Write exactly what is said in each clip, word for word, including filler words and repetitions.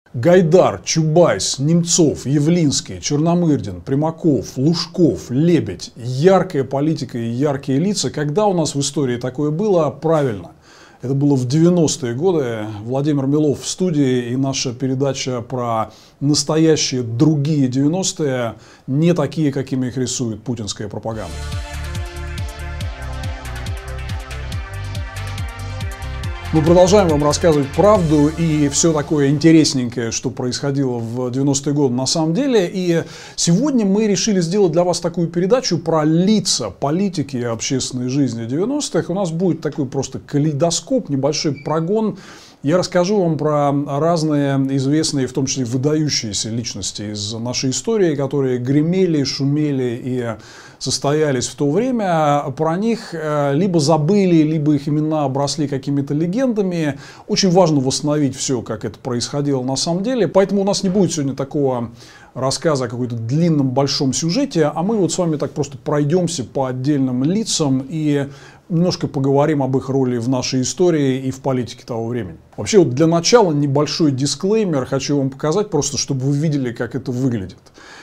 Гайдар, Чубайс, Немцов, Явлинский, Черномырдин, Примаков, Лужков, Лебедь. Яркая политика и яркие лица. Когда у нас в истории такое было? Правильно. Это было в девяностые годы. Владимир Милов в студии, и наша передача про настоящие другие девяностые, не такие, какими их рисует путинская пропаганда. Мы продолжаем вам рассказывать правду и все такое интересненькое, что происходило в девяностые годы на самом деле. И сегодня мы решили сделать для вас такую передачу про лица политики и общественной жизни девяностых. У нас будет такой просто калейдоскоп, небольшой прогон. Я расскажу вам про разные известные, в том числе выдающиеся личности из нашей истории, которые гремели, шумели и состоялись в то время. Про них либо забыли, либо их имена обросли какими-то легендами. Очень важно восстановить все, как это происходило на самом деле. Поэтому у нас не будет сегодня такого рассказа о какой-то длинном большом сюжете, а мы вот с вами так просто пройдемся по отдельным лицам и немножко поговорим об их роли в нашей истории и в политике того времени. Вообще, вот для начала небольшой дисклеймер хочу вам показать, просто чтобы вы видели, как это выглядит.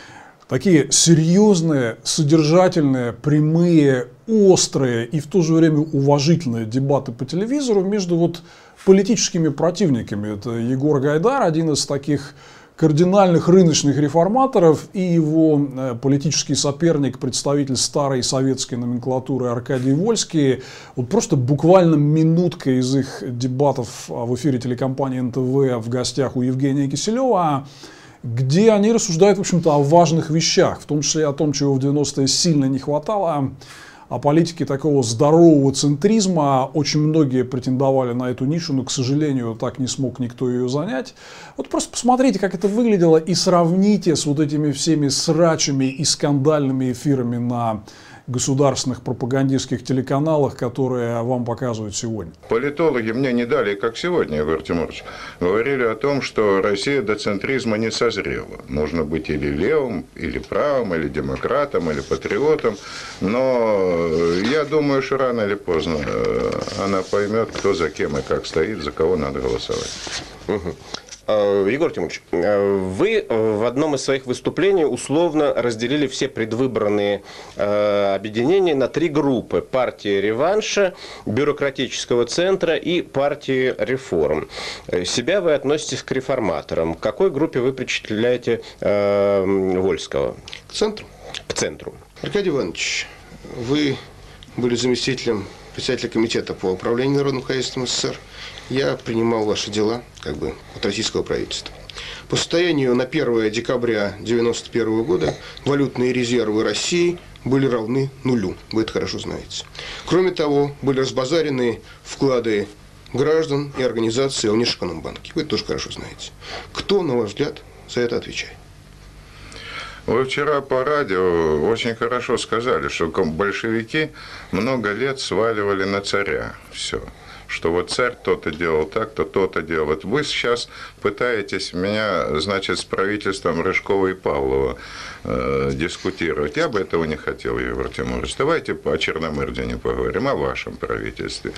Такие серьезные, содержательные, прямые, острые и в то же время уважительные дебаты по телевизору между вот политическими противниками. Это Егор Гайдар, один из таких кардинальных рыночных реформаторов, и его политический соперник, представитель старой советской номенклатуры Аркадий Вольский. Вот просто буквально минутка из их дебатов в эфире телекомпании эн тэ вэ в гостях у Евгения Киселева, где они рассуждают, в общем-то, о важных вещах, в том числе о том, чего в девяностые сильно не хватало, о политике такого здорового центризма. Очень многие претендовали на эту нишу, но, к сожалению, так не смог никто ее занять. Вот просто посмотрите, как это выглядело, и сравните с вот этими всеми срачами и скандальными эфирами на государственных пропагандистских телеканалах, которые вам показывают сегодня. Политологи мне не дали, как сегодня, Егор Тимурович, говорили о том, что Россия до центризма не созрела. Нужно быть или левым, или правым, или демократом, или патриотом. Но я думаю, что рано или поздно она поймет, кто за кем и как стоит, за кого надо голосовать. Угу. Егор Тимурович, вы в одном из своих выступлений условно разделили все предвыборные э, объединения на три группы. Партия реванша, бюрократического центра и партии реформ. Себя вы относитесь к реформаторам. К какой группе вы причисляете э, Вольского? К центру. К центру. Аркадий Иванович, вы были заместителем председателя комитета по управлению народным хозяйством эс эс эс эр. Я принимал ваши дела как бы от российского правительства. По состоянию на первое декабря девяносто первого года валютные резервы России были равны нулю. Вы это хорошо знаете. Кроме того, были разбазарены вклады граждан и организаций в Внешэкономбанке. Вы это тоже хорошо знаете. Кто, на ваш взгляд, за это отвечает? Вы вчера по радио очень хорошо сказали, что большевики много лет сваливали на царя все. Что вот царь то-то делал так, то то-то делал. Вот вы сейчас пытаетесь меня, значит, с правительством Рыжкова и Павлова э, дискутировать. Я бы этого не хотел, Егор Тимурович. Давайте о Черномырдине поговорим, о вашем правительстве.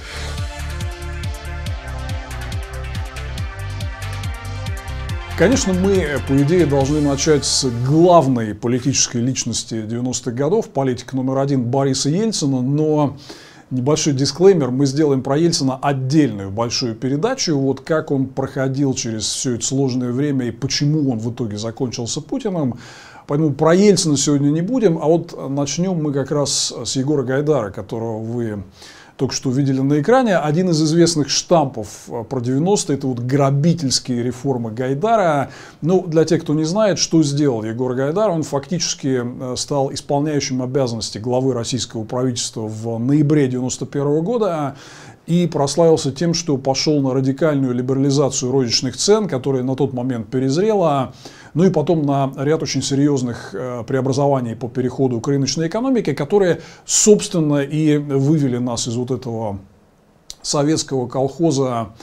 Конечно, мы, по идее, должны начать с главной политической личности девяностых годов, политика номер один Бориса Ельцина, но небольшой дисклеймер, мы сделаем про Ельцина отдельную большую передачу, вот как он проходил через все это сложное время и почему он в итоге закончился Путиным. Поэтому про Ельцина сегодня не будем, а вот начнем мы как раз с Егора Гайдара, которого вы только что увидели на экране. Один из известных штампов про девяностые – это вот грабительские реформы Гайдара. Ну, для тех, кто не знает, что сделал Егор Гайдар, он фактически стал исполняющим обязанности главы российского правительства в ноябре девяносто первого года и прославился тем, что пошел на радикальную либерализацию розничных цен, которая на тот момент перезрела. Ну и потом на ряд очень серьезных преобразований по переходу к рыночной экономике, которые, собственно, и вывели нас из вот этого советского колхоза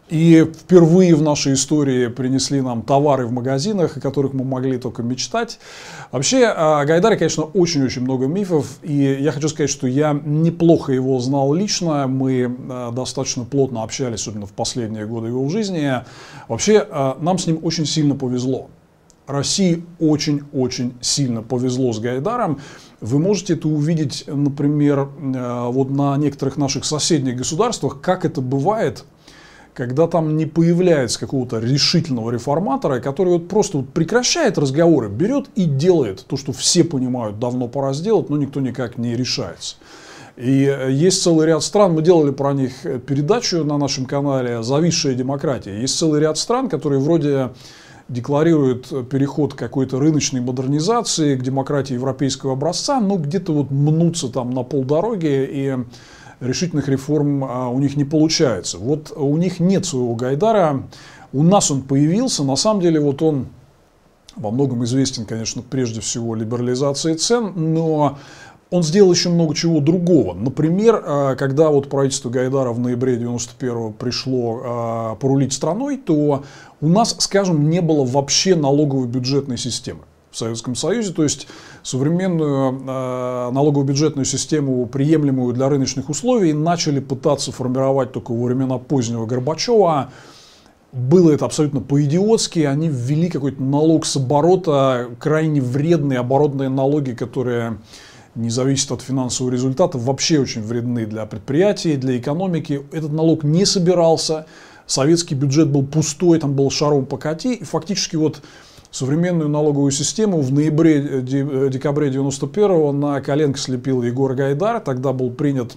И впервые в нашей истории принесли нам товары в магазинах, о которых мы могли только мечтать. Вообще, о Гайдаре, конечно, очень-очень много мифов. И я хочу сказать, что я неплохо его знал лично. Мы достаточно плотно общались, особенно в последние годы его жизни. Вообще, нам с ним очень сильно повезло. России очень-очень сильно повезло с Гайдаром. Вы можете это увидеть, например, вот на некоторых наших соседних государствах, как это бывает, когда там не появляется какого-то решительного реформатора, который вот просто вот прекращает разговоры, берет и делает то, что все понимают, давно пора сделать, но никто никак не решается. И есть целый ряд стран, мы делали про них передачу на нашем канале «Зависшая демократия». Есть целый ряд стран, которые вроде декларируют переход к какой-то рыночной модернизации, к демократии европейского образца, но где-то вот мнутся там на полдороги, и решительных реформ у них не получается. Вот у них нет своего Гайдара, у нас он появился, на самом деле вот он во многом известен, конечно, прежде всего либерализацией цен, но он сделал еще много чего другого. Например, когда вот правительство Гайдара в ноябре девяносто первого пришло порулить страной, то у нас, скажем, не было вообще налоговой бюджетной системы в Советском Союзе, то есть современную э, налогово-бюджетную систему, приемлемую для рыночных условий, начали пытаться формировать только во времена позднего Горбачева. Было это абсолютно по-идиотски, они ввели какой-то налог с оборота, крайне вредные оборотные налоги, которые не зависят от финансового результата, вообще очень вредны для предприятий, для экономики. Этот налог не собирался, советский бюджет был пустой, там был шаром покати, и фактически вот современную налоговую систему в ноябре-декабре девяносто первого на коленке слепил Егор Гайдар. Тогда был принят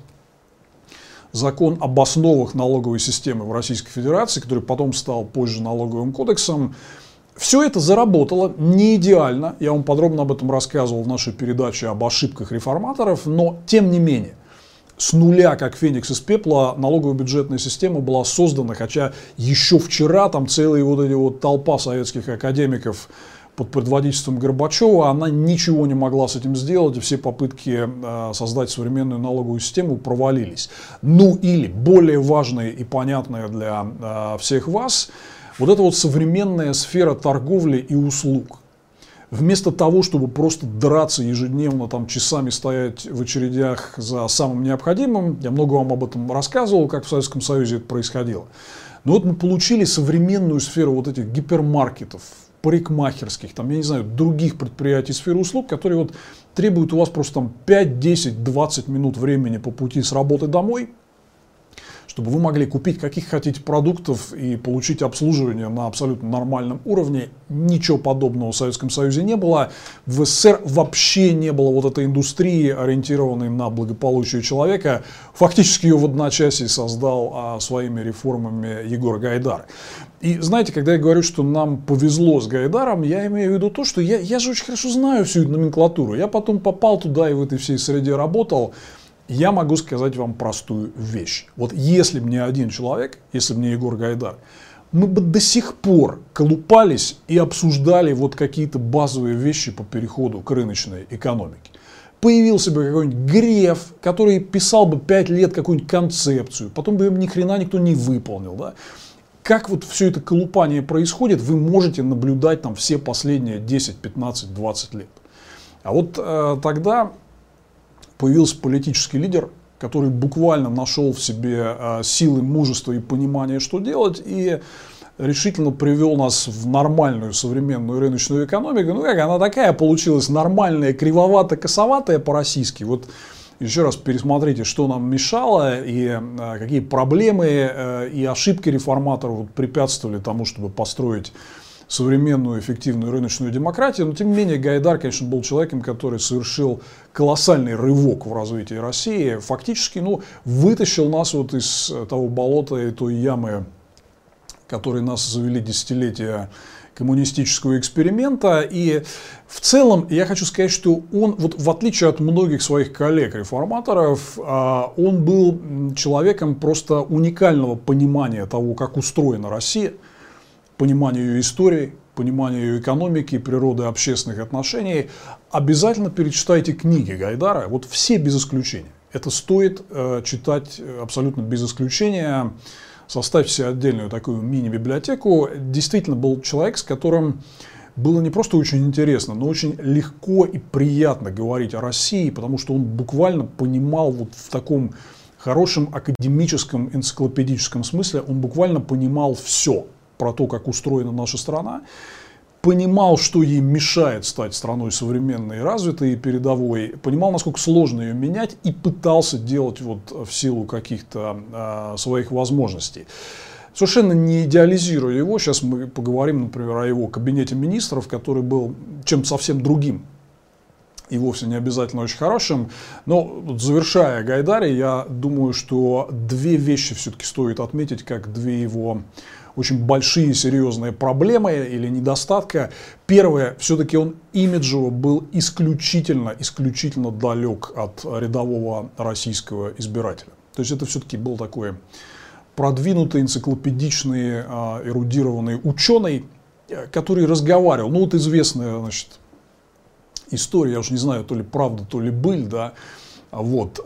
закон об основах налоговой системы в Российской Федерации, который потом стал позже налоговым кодексом. Все это заработало не идеально. Я вам подробно об этом рассказывал в нашей передаче об ошибках реформаторов, но тем не менее. С нуля, как феникс из пепла, налоговая бюджетная система была создана, хотя еще вчера там целая вот эти вот толпа советских академиков под предводительством Горбачева, она ничего не могла с этим сделать, и все попытки э, создать современную налоговую систему провалились. Ну или, более важное и понятное для э, всех вас, вот эта вот современная сфера торговли и услуг. Вместо того, чтобы просто драться ежедневно, там, часами стоять в очередях за самым необходимым, я много вам об этом рассказывал, как в Советском Союзе это происходило. Но вот мы получили современную сферу вот этих гипермаркетов, парикмахерских, там, я не знаю, других предприятий сферы услуг, которые вот требуют у вас просто там пять, десять, двадцать минут времени по пути с работы домой, чтобы вы могли купить каких хотите продуктов и получить обслуживание на абсолютно нормальном уровне. Ничего подобного в Советском Союзе не было. В СССР вообще не было вот этой индустрии, ориентированной на благополучие человека. Фактически ее в одночасье создал а, своими реформами Егор Гайдар. И знаете, когда я говорю, что нам повезло с Гайдаром, я имею в виду то, что я, я же очень хорошо знаю всю эту номенклатуру. Я потом попал туда и в этой всей среде работал. Я могу сказать вам простую вещь. Вот если бы не один человек, если бы не Егор Гайдар, мы бы до сих пор колупались и обсуждали вот какие-то базовые вещи по переходу к рыночной экономике. Появился бы какой-нибудь Греф, который писал бы пять лет какую-нибудь концепцию, потом бы ни хрена никто не выполнил. Да? Как вот все это колупание происходит, вы можете наблюдать там все последние десять, пятнадцать, двадцать лет. А вот э, тогда появился политический лидер, который буквально нашел в себе э, силы, мужество и понимание, что делать, и решительно привел нас в нормальную современную рыночную экономику. Ну как, она такая получилась нормальная, кривовато-косоватая по-российски. Вот еще раз пересмотрите, что нам мешало, и э, какие проблемы э, и ошибки реформаторов вот, препятствовали тому, чтобы построить современную эффективную рыночную демократию. Но тем не менее Гайдар, конечно, был человеком, который совершил колоссальный рывок в развитии России. Фактически ну, вытащил нас вот из того болота и той ямы, в которой нас завели десятилетия коммунистического эксперимента. И в целом я хочу сказать, что он, вот в отличие от многих своих коллег-реформаторов, он был человеком просто уникального понимания того, как устроена Россия, понимание ее истории, понимание ее экономики, природы общественных отношений. Обязательно перечитайте книги Гайдара, вот все без исключения. Это стоит э, читать абсолютно без исключения. составьте себе отдельную такую мини-библиотеку. Действительно был человек, с которым было не просто очень интересно, но очень легко и приятно говорить о России, потому что он буквально понимал вот в таком хорошем академическом, энциклопедическом смысле, он буквально понимал все про то, как устроена наша страна, понимал, что ей мешает стать страной современной, развитой и передовой, понимал, насколько сложно ее менять, и пытался делать вот в силу каких-то э, своих возможностей. Совершенно не идеализируя его, сейчас мы поговорим, например, о его кабинете министров, который был чем-то совсем другим и вовсе не обязательно очень хорошим. Но вот, завершая Гайдари, я думаю, что две вещи все-таки стоит отметить, как две его очень большие серьезные проблемы или недостатка. Первое, все-таки он имиджево был исключительно, исключительно далек от рядового российского избирателя. То есть это все-таки был такой продвинутый, энциклопедичный, эрудированный ученый, который разговаривал. Ну вот известная, значит, история, я уж не знаю, то ли правда, то ли быль, да, вот,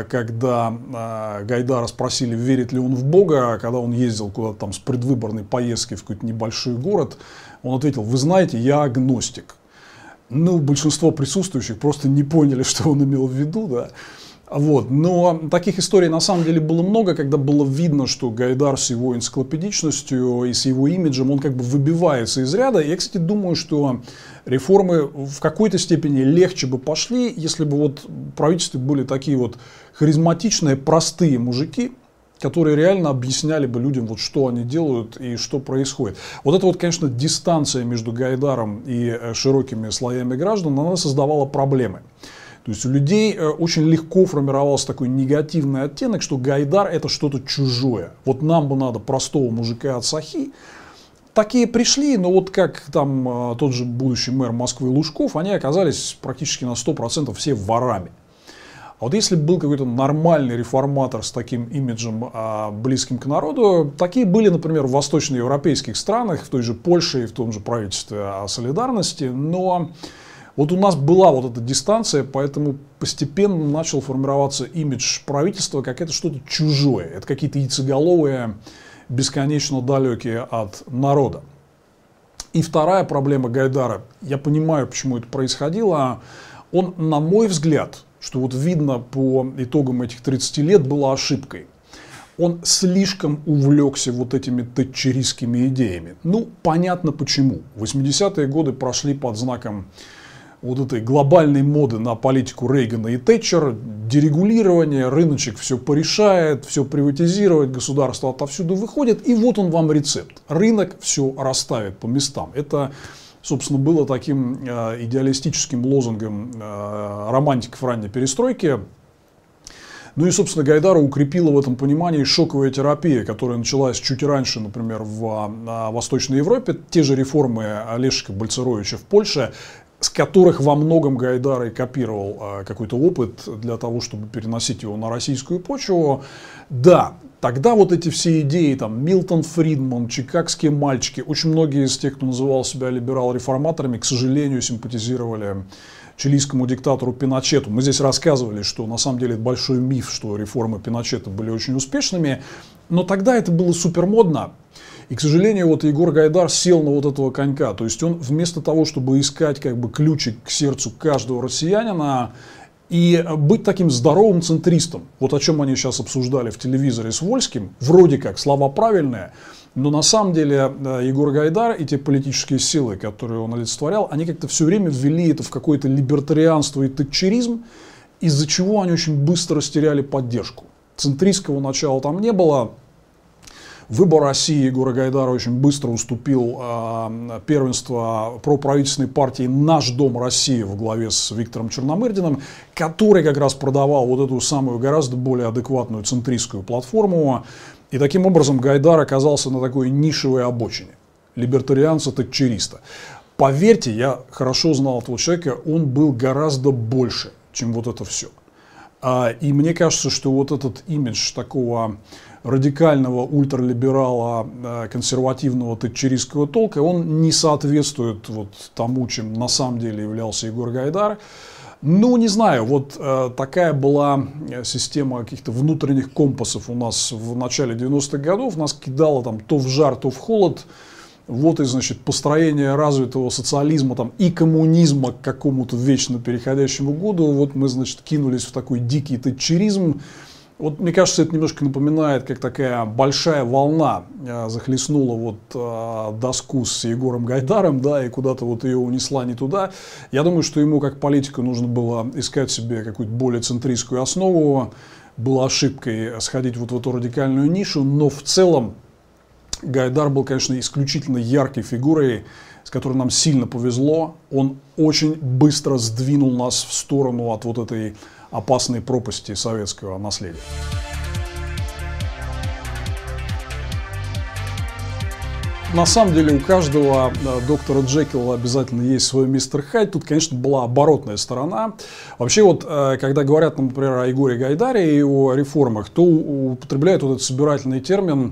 когда Гайдара спросили, верит ли он в Бога, когда он ездил куда-то там с предвыборной поездкой в какой-то небольшой город, он ответил: вы знаете, я агностик. Ну, большинство присутствующих просто не поняли, что он имел в виду, да. Вот. Но таких историй на самом деле было много, когда было видно, что Гайдар с его энциклопедичностью и с его имиджем, он как бы выбивается из ряда. Я, кстати, думаю, что реформы в какой-то степени легче бы пошли, если бы вот в правительстве были такие вот харизматичные, простые мужики, которые реально объясняли бы людям, вот, что они делают и что происходит. Вот эта вот, конечно, дистанция между Гайдаром и широкими слоями граждан, она создавала проблемы. То есть у людей очень легко формировался такой негативный оттенок, что Гайдар — это что-то чужое. Вот нам бы надо простого мужика от Сахи. Такие пришли, но вот как там тот же будущий мэр Москвы Лужков, они оказались практически на сто процентов все ворами. А вот если бы был какой-то нормальный реформатор с таким имиджем, близким к народу, такие были, например, в восточноевропейских странах, в той же Польше и в том же правительстве солидарности, но вот у нас была вот эта дистанция, поэтому постепенно начал формироваться имидж правительства, как это что-то чужое. Это какие-то яйцеголовые, бесконечно далекие от народа. И вторая проблема Гайдара, я понимаю, почему это происходило, он, на мой взгляд, что вот видно по итогам этих тридцати лет, было ошибкой. Он слишком увлекся вот этими тэтчеристскими идеями. Ну, понятно почему. восьмидесятые годы прошли под знаком вот этой глобальной моды на политику Рейгана и Тэтчер, дерегулирование, рыночек все порешает, все приватизировать, государство отовсюду выходит, и вот он вам рецепт. Рынок все расставит по местам. Это, собственно, было таким э, идеалистическим лозунгом э, романтиков ранней перестройки. Ну и, собственно, Гайдара укрепила в этом понимании шоковая терапия, которая началась чуть раньше, например, в э, Восточной Европе. Те же реформы Лешика Бальцеровича в Польше, с которых во многом Гайдар и копировал э, какой-то опыт для того, чтобы переносить его на российскую почву. Да, тогда вот эти все идеи, там, Милтон Фридман, чикагские мальчики, очень многие из тех, кто называл себя либерал-реформаторами, к сожалению, симпатизировали чилийскому диктатору Пиночету. Мы здесь рассказывали, что на самом деле это большой миф, что реформы Пиночета были очень успешными, но тогда это было супермодно. И, к сожалению, вот Егор Гайдар сел на вот этого конька. То есть он вместо того, чтобы искать как бы ключик к сердцу каждого россиянина и быть таким здоровым центристом, вот о чем они сейчас обсуждали в телевизоре с Вольским, вроде как слова правильные, но на самом деле Егор Гайдар и те политические силы, которые он олицетворял, они как-то все время ввели это в какое-то либертарианство и тэтчеризм, из-за чего они очень быстро растеряли поддержку. Центристского начала там не было. Выбор России Егора Гайдара очень быстро уступил э, первенство проправительственной партии «Наш дом России» во главе с Виктором Черномырдиным, который как раз продавал вот эту самую гораздо более адекватную центристскую платформу. И таким образом Гайдар оказался на такой нишевой обочине либертарианца-тэтчериста. Поверьте, я хорошо знал этого человека, он был гораздо больше, чем вот это все. А, и мне кажется, что вот этот имидж такого радикального ультралиберала, консервативного тэтчеристского толка, он не соответствует вот тому, чем на самом деле являлся Егор Гайдар. Ну, не знаю, вот э, такая была система каких-то внутренних компасов у нас в начале девяностых годов. Нас кидало там то в жар, то в холод. Вот и, значит, построение развитого социализма там, и коммунизма к какому-то вечно переходящему году. Вот мы, значит, кинулись в такой дикий тэтчеризм. Вот, мне кажется, это немножко напоминает, как такая большая волна э, захлестнула вот э, доску с Егором Гайдаром, да, и куда-то вот ее унесла не туда. Я думаю, что ему как политику нужно было искать себе какую-то более центристскую основу. Было ошибкой сходить вот в эту радикальную нишу, но в целом Гайдар был, конечно, исключительно яркой фигурой, с которой нам сильно повезло. Он очень быстро сдвинул нас в сторону от вот этой опасной пропасти советского наследия. На самом деле у каждого доктора Джекила обязательно есть свой мистер Хайд. Тут, конечно, была оборотная сторона. Вообще, вот, когда говорят, например, о Егоре Гайдаре и о реформах, то употребляют вот этот собирательный термин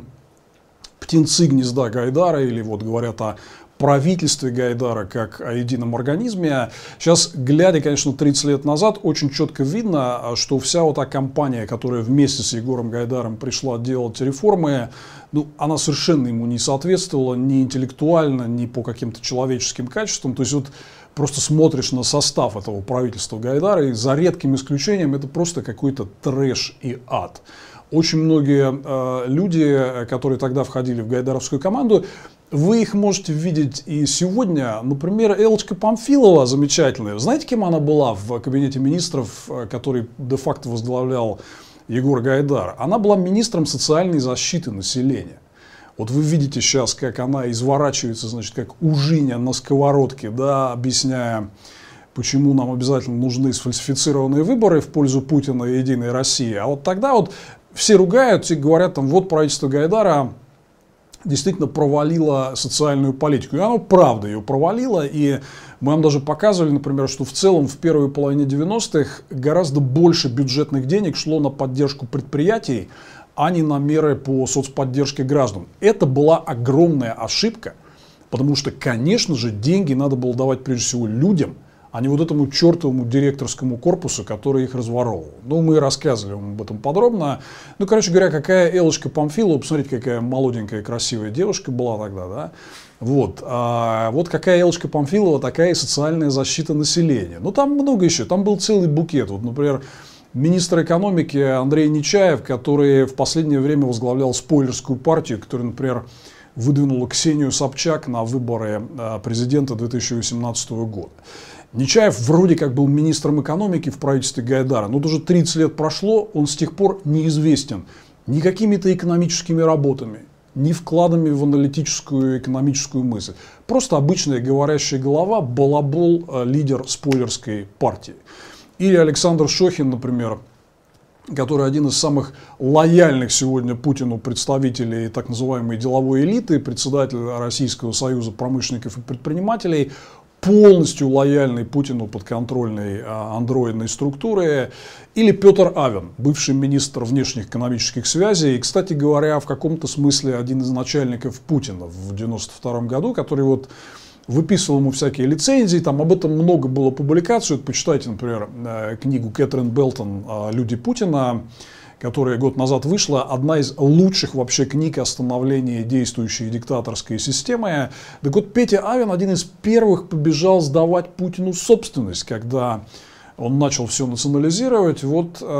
«птенцы гнезда Гайдара», или вот говорят о правительстве Гайдара как о едином организме. Сейчас, глядя, конечно, тридцать лет назад, очень четко видно, что вся вот та компания, которая вместе с Егором Гайдаром пришла делать реформы, ну, она совершенно ему не соответствовала ни интеллектуально, ни по каким-то человеческим качествам. То есть вот просто смотришь на состав этого правительства Гайдара, и за редким исключением это просто какой-то трэш и ад. Очень многие э, люди, которые тогда входили в гайдаровскую команду, вы их можете видеть и сегодня. Например, Эллочка Памфилова замечательная. Знаете, кем она была в кабинете министров, который де-факто возглавлял Егор Гайдар? Она была министром социальной защиты населения. Вот вы видите сейчас, как она изворачивается, значит, как ужиня на сковородке, да, объясняя, почему нам обязательно нужны сфальсифицированные выборы в пользу Путина и Единой России. А вот тогда вот все ругают и говорят, там, вот правительство Гайдара действительно провалило социальную политику. И оно правда ее провалило. И мы вам даже показывали, например, что в целом в первой половине девяностых гораздо больше бюджетных денег шло на поддержку предприятий, а не на меры по соцподдержке граждан. Это была огромная ошибка, потому что, конечно же, деньги надо было давать прежде всего людям, а не вот этому чертовому директорскому корпусу, который их разворовывал. Ну, мы рассказывали вам об этом подробно. Ну, короче говоря, какая Эллочка Памфилова, посмотрите, какая молоденькая, красивая девушка была тогда, да? Вот, а вот какая Эллочка Памфилова, такая и социальная защита населения. Ну, там много еще, там был целый букет. Вот, например, министр экономики Андрей Нечаев, который в последнее время возглавлял спойлерскую партию, которая, например, выдвинула Ксению Собчак на выборы президента две тысячи восемнадцатого года. Нечаев вроде как был министром экономики в правительстве Гайдара, но уже тридцать лет прошло, он с тех пор неизвестен ни какими-то экономическими работами, ни вкладами в аналитическую экономическую мысль. Просто обычная говорящая голова, балабол, лидер спойлерской партии. Или Александр Шохин, например, который один из самых лояльных сегодня Путину представителей так называемой деловой элиты, председатель Российского союза промышленников и предпринимателей, полностью лояльный Путину подконтрольной а, андроидной структуры, или Петр Авен, бывший министр внешних экономических связей, и, кстати говоря, в каком-то смысле один из начальников Путина в девяносто втором году, который вот выписывал ему всякие лицензии, там об этом много было публикаций. Вот почитайте, например, книгу Кэтрин Белтон «Люди Путина», которая год назад вышла, одна из лучших вообще книг о становлении действующей диктаторской системы. Так вот, Петя Авен один из первых побежал сдавать Путину собственность, когда он начал все национализировать. Вот э,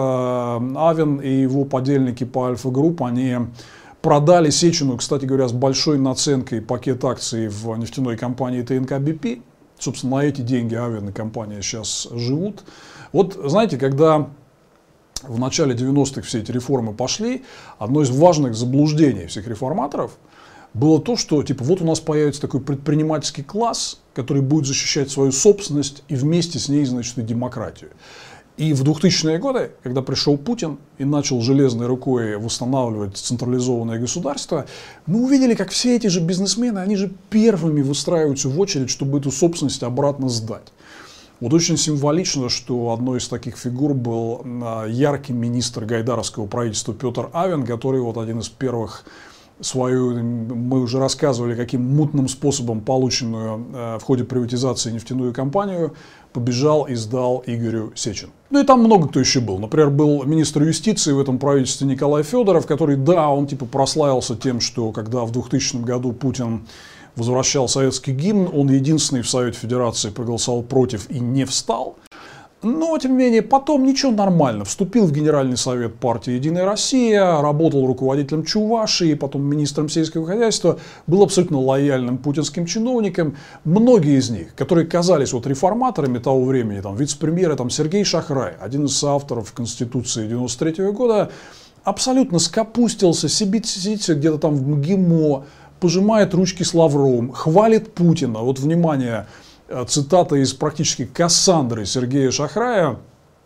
Авен и его подельники по Альфа-Групп, они продали Сечину, кстати говоря, с большой наценкой пакет акций в нефтяной компании ТНК-БП. Собственно, на эти деньги Авен и компания сейчас живут. Вот, знаете, когда в начале девяностых все эти реформы пошли, одно из важных заблуждений всех реформаторов было то, что типа вот у нас появится такой предпринимательский класс, который будет защищать свою собственность и вместе с ней, значит, и демократию. И в двухтысячные годы, когда пришел Путин и начал железной рукой восстанавливать централизованное государство, мы увидели, как все эти же бизнесмены, они же первыми выстраиваются в очередь, чтобы эту собственность обратно сдать. Вот очень символично, что одной из таких фигур был яркий министр гайдаровского правительства Петр Авен, который вот один из первых свою, мы уже рассказывали, каким мутным способом полученную э, в ходе приватизации нефтяную компанию, побежал и сдал Игорю Сечину. Ну и там много кто еще был. Например, был министр юстиции в этом правительстве Николай Федоров, который, да, он типа прославился тем, что когда в двухтысячном году Путин возвращал советский гимн, он единственный в Совете Федерации проголосовал против и не встал. Но, тем не менее, потом ничего, нормально. Вступил в Генеральный совет партии «Единая Россия», работал руководителем Чувашии, потом министром сельского хозяйства, был абсолютно лояльным путинским чиновником. Многие из них, которые казались вот реформаторами того времени, там, вице-премьеры там, Сергей Шахрай, один из соавторов Конституции девяносто третьего года, абсолютно скопустился, сидит, сидит где-то там в МГИМО, пожимает ручки с Лавровым, хвалит Путина. Вот, внимание, цитата из практически Кассандры Сергея Шахрая.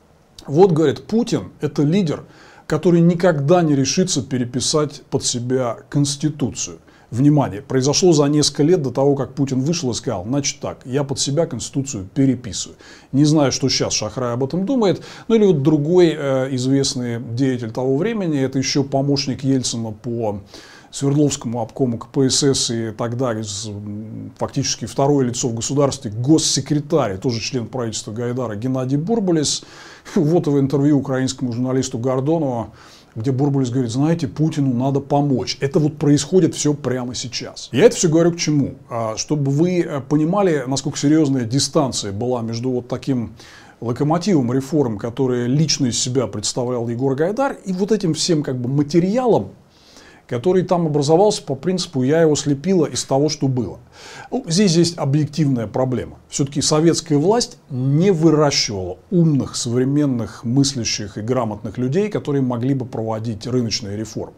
Вот, говорит, Путин – это лидер, который никогда не решится переписать под себя Конституцию. Внимание, произошло за несколько лет до того, как Путин вышел и сказал, значит так, я под себя Конституцию переписываю. Не знаю, что сейчас Шахрай об этом думает. Ну или вот другой э, известный деятель того времени, это еще помощник Ельцина по Свердловскому обкому КПСС и тогда фактически второе лицо в государстве, госсекретарь, тоже член правительства Гайдара, Геннадий Бурбулис. Вот в интервью украинскому журналисту Гордонову, где Бурбулис говорит, знаете, Путину надо помочь. Это вот происходит все прямо сейчас. Я это все говорю к чему? Чтобы вы понимали, насколько серьезная дистанция была между вот таким локомотивом реформ, который лично из себя представлял Егор Гайдар, и вот этим всем как бы материалом, который там образовался по принципу «я его слепила из того, что было». Ну, здесь есть объективная проблема. Все-таки советская власть не выращивала умных, современных, мыслящих и грамотных людей, которые могли бы проводить рыночные реформы.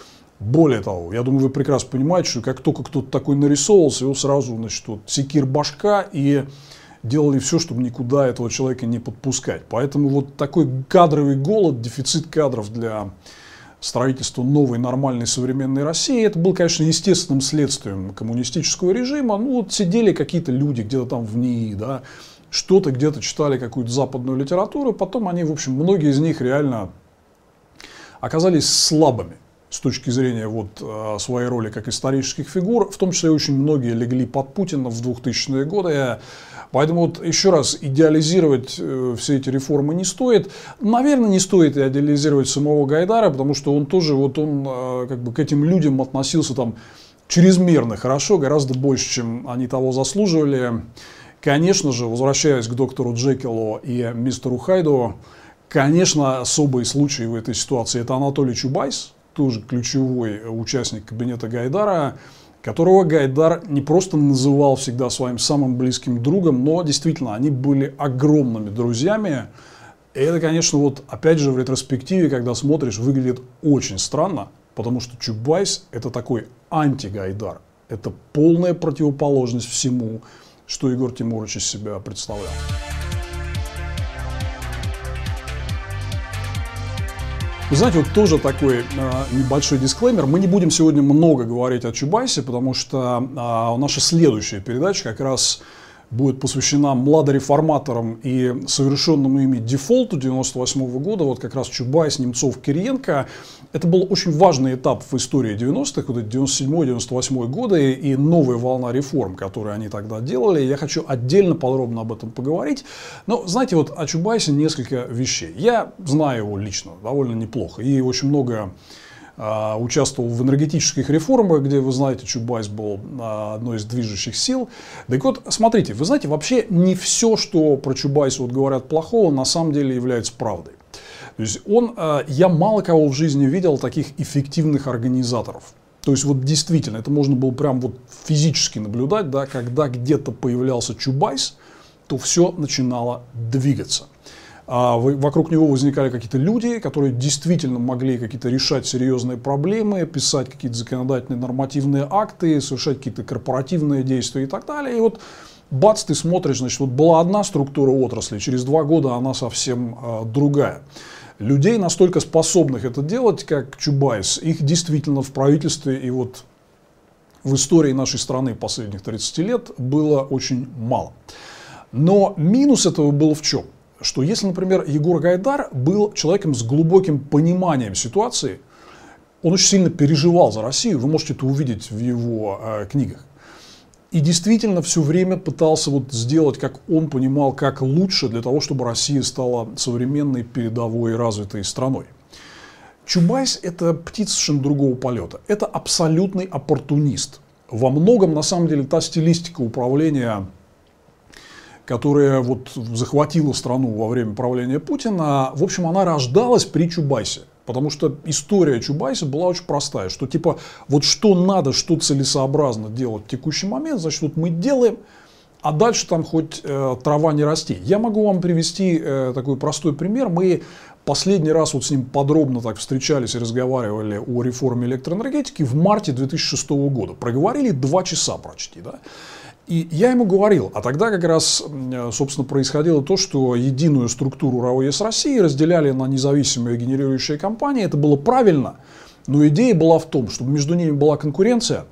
Более того, я думаю, вы прекрасно понимаете, что как только кто-то такой нарисовывался, его сразу, значит, вот, секир башка, и делали все, чтобы никуда этого человека не подпускать. Поэтому вот такой кадровый голод, дефицит кадров для строительство новой нормальной современной России, это было, конечно, естественным следствием коммунистического режима. Ну, вот сидели какие-то люди где-то там в НИИ, да, что-то где-то читали какую-то западную литературу, потом они, в общем, многие из них реально оказались слабыми с точки зрения вот своей роли как исторических фигур, в том числе очень многие легли под Путина в двухтысячные годы. Поэтому вот еще раз, идеализировать э, все эти реформы не стоит. Наверное, не стоит идеализировать самого Гайдара, потому что он тоже вот он, э, как бы к этим людям относился там чрезмерно хорошо, гораздо больше, чем они того заслуживали. Конечно же, возвращаясь к доктору Джекилу и мистеру Хайду, конечно, особый случай в этой ситуации – это Анатолий Чубайс, тоже ключевой участник кабинета Гайдара, которого Гайдар не просто называл всегда своим самым близким другом, но действительно они были огромными друзьями. И это, конечно, вот опять же в ретроспективе, когда смотришь, выглядит очень странно, потому что Чубайс – это такой анти-Гайдар. Это полная противоположность всему, что Егор Тимурович из себя представлял. Вы знаете, вот тоже такой э, небольшой дисклеймер. Мы не будем сегодня много говорить о Чубайсе, потому что э, наша следующая передача как раз будет посвящена младореформаторам и совершенному ими дефолту девяносто восьмого года. Вот как раз Чубайс, Немцов, Кириенко. Это был очень важный этап в истории девяностых, вот девяносто седьмой девяносто восьмой годы и новая волна реформ, которые они тогда делали. Я хочу отдельно подробно об этом поговорить. Но, знаете, вот о Чубайсе несколько вещей. Я знаю его лично довольно неплохо и очень много Uh, участвовал в энергетических реформах, где, вы знаете, Чубайс был uh, одной из движущих сил. Так вот, смотрите, вы знаете, вообще не все, что про Чубайса вот говорят плохого, на самом деле является правдой. То есть он, uh, я мало кого в жизни видел таких эффективных организаторов. То есть вот действительно, это можно было прям вот физически наблюдать, да, когда где-то появлялся Чубайс, то все начинало двигаться. Вокруг него возникали какие-то люди, которые действительно могли какие-то решать серьезные проблемы, писать какие-то законодательные нормативные акты, совершать какие-то корпоративные действия и так далее. И вот бац, ты смотришь, значит, вот была одна структура отрасли, через два года она совсем э, другая. Людей, настолько способных это делать, как Чубайс, их действительно в правительстве и вот в истории нашей страны последних тридцати лет было очень мало. Но минус этого был в чем? Что если, например, Егор Гайдар был человеком с глубоким пониманием ситуации, Он очень сильно переживал за Россию, вы можете это увидеть в его э, книгах. И действительно все время пытался вот сделать, как он понимал, как лучше для того, чтобы Россия стала современной, передовой, развитой страной. Чубайс – это птица совершенно другого полета. Это абсолютный оппортунист. Во многом, на самом деле, та стилистика управления, которая вот захватила страну во время правления Путина, в общем, она рождалась при Чубайсе. Потому что история Чубайса была очень простая, что типа вот что надо, что целесообразно делать в текущий момент, значит, вот мы делаем, а дальше там хоть э, трава не расти. Я могу вам привести э, такой простой пример. Мы последний раз вот с ним подробно так встречались и разговаривали о реформе электроэнергетики в марте две тысячи шестого года. Проговорили два часа почти, да. И я ему говорил, а тогда как раз, собственно, происходило то, что единую структуру РАО ЕС России разделяли на независимые генерирующие компании. Это было правильно, но идея была в том, чтобы между ними была конкуренция,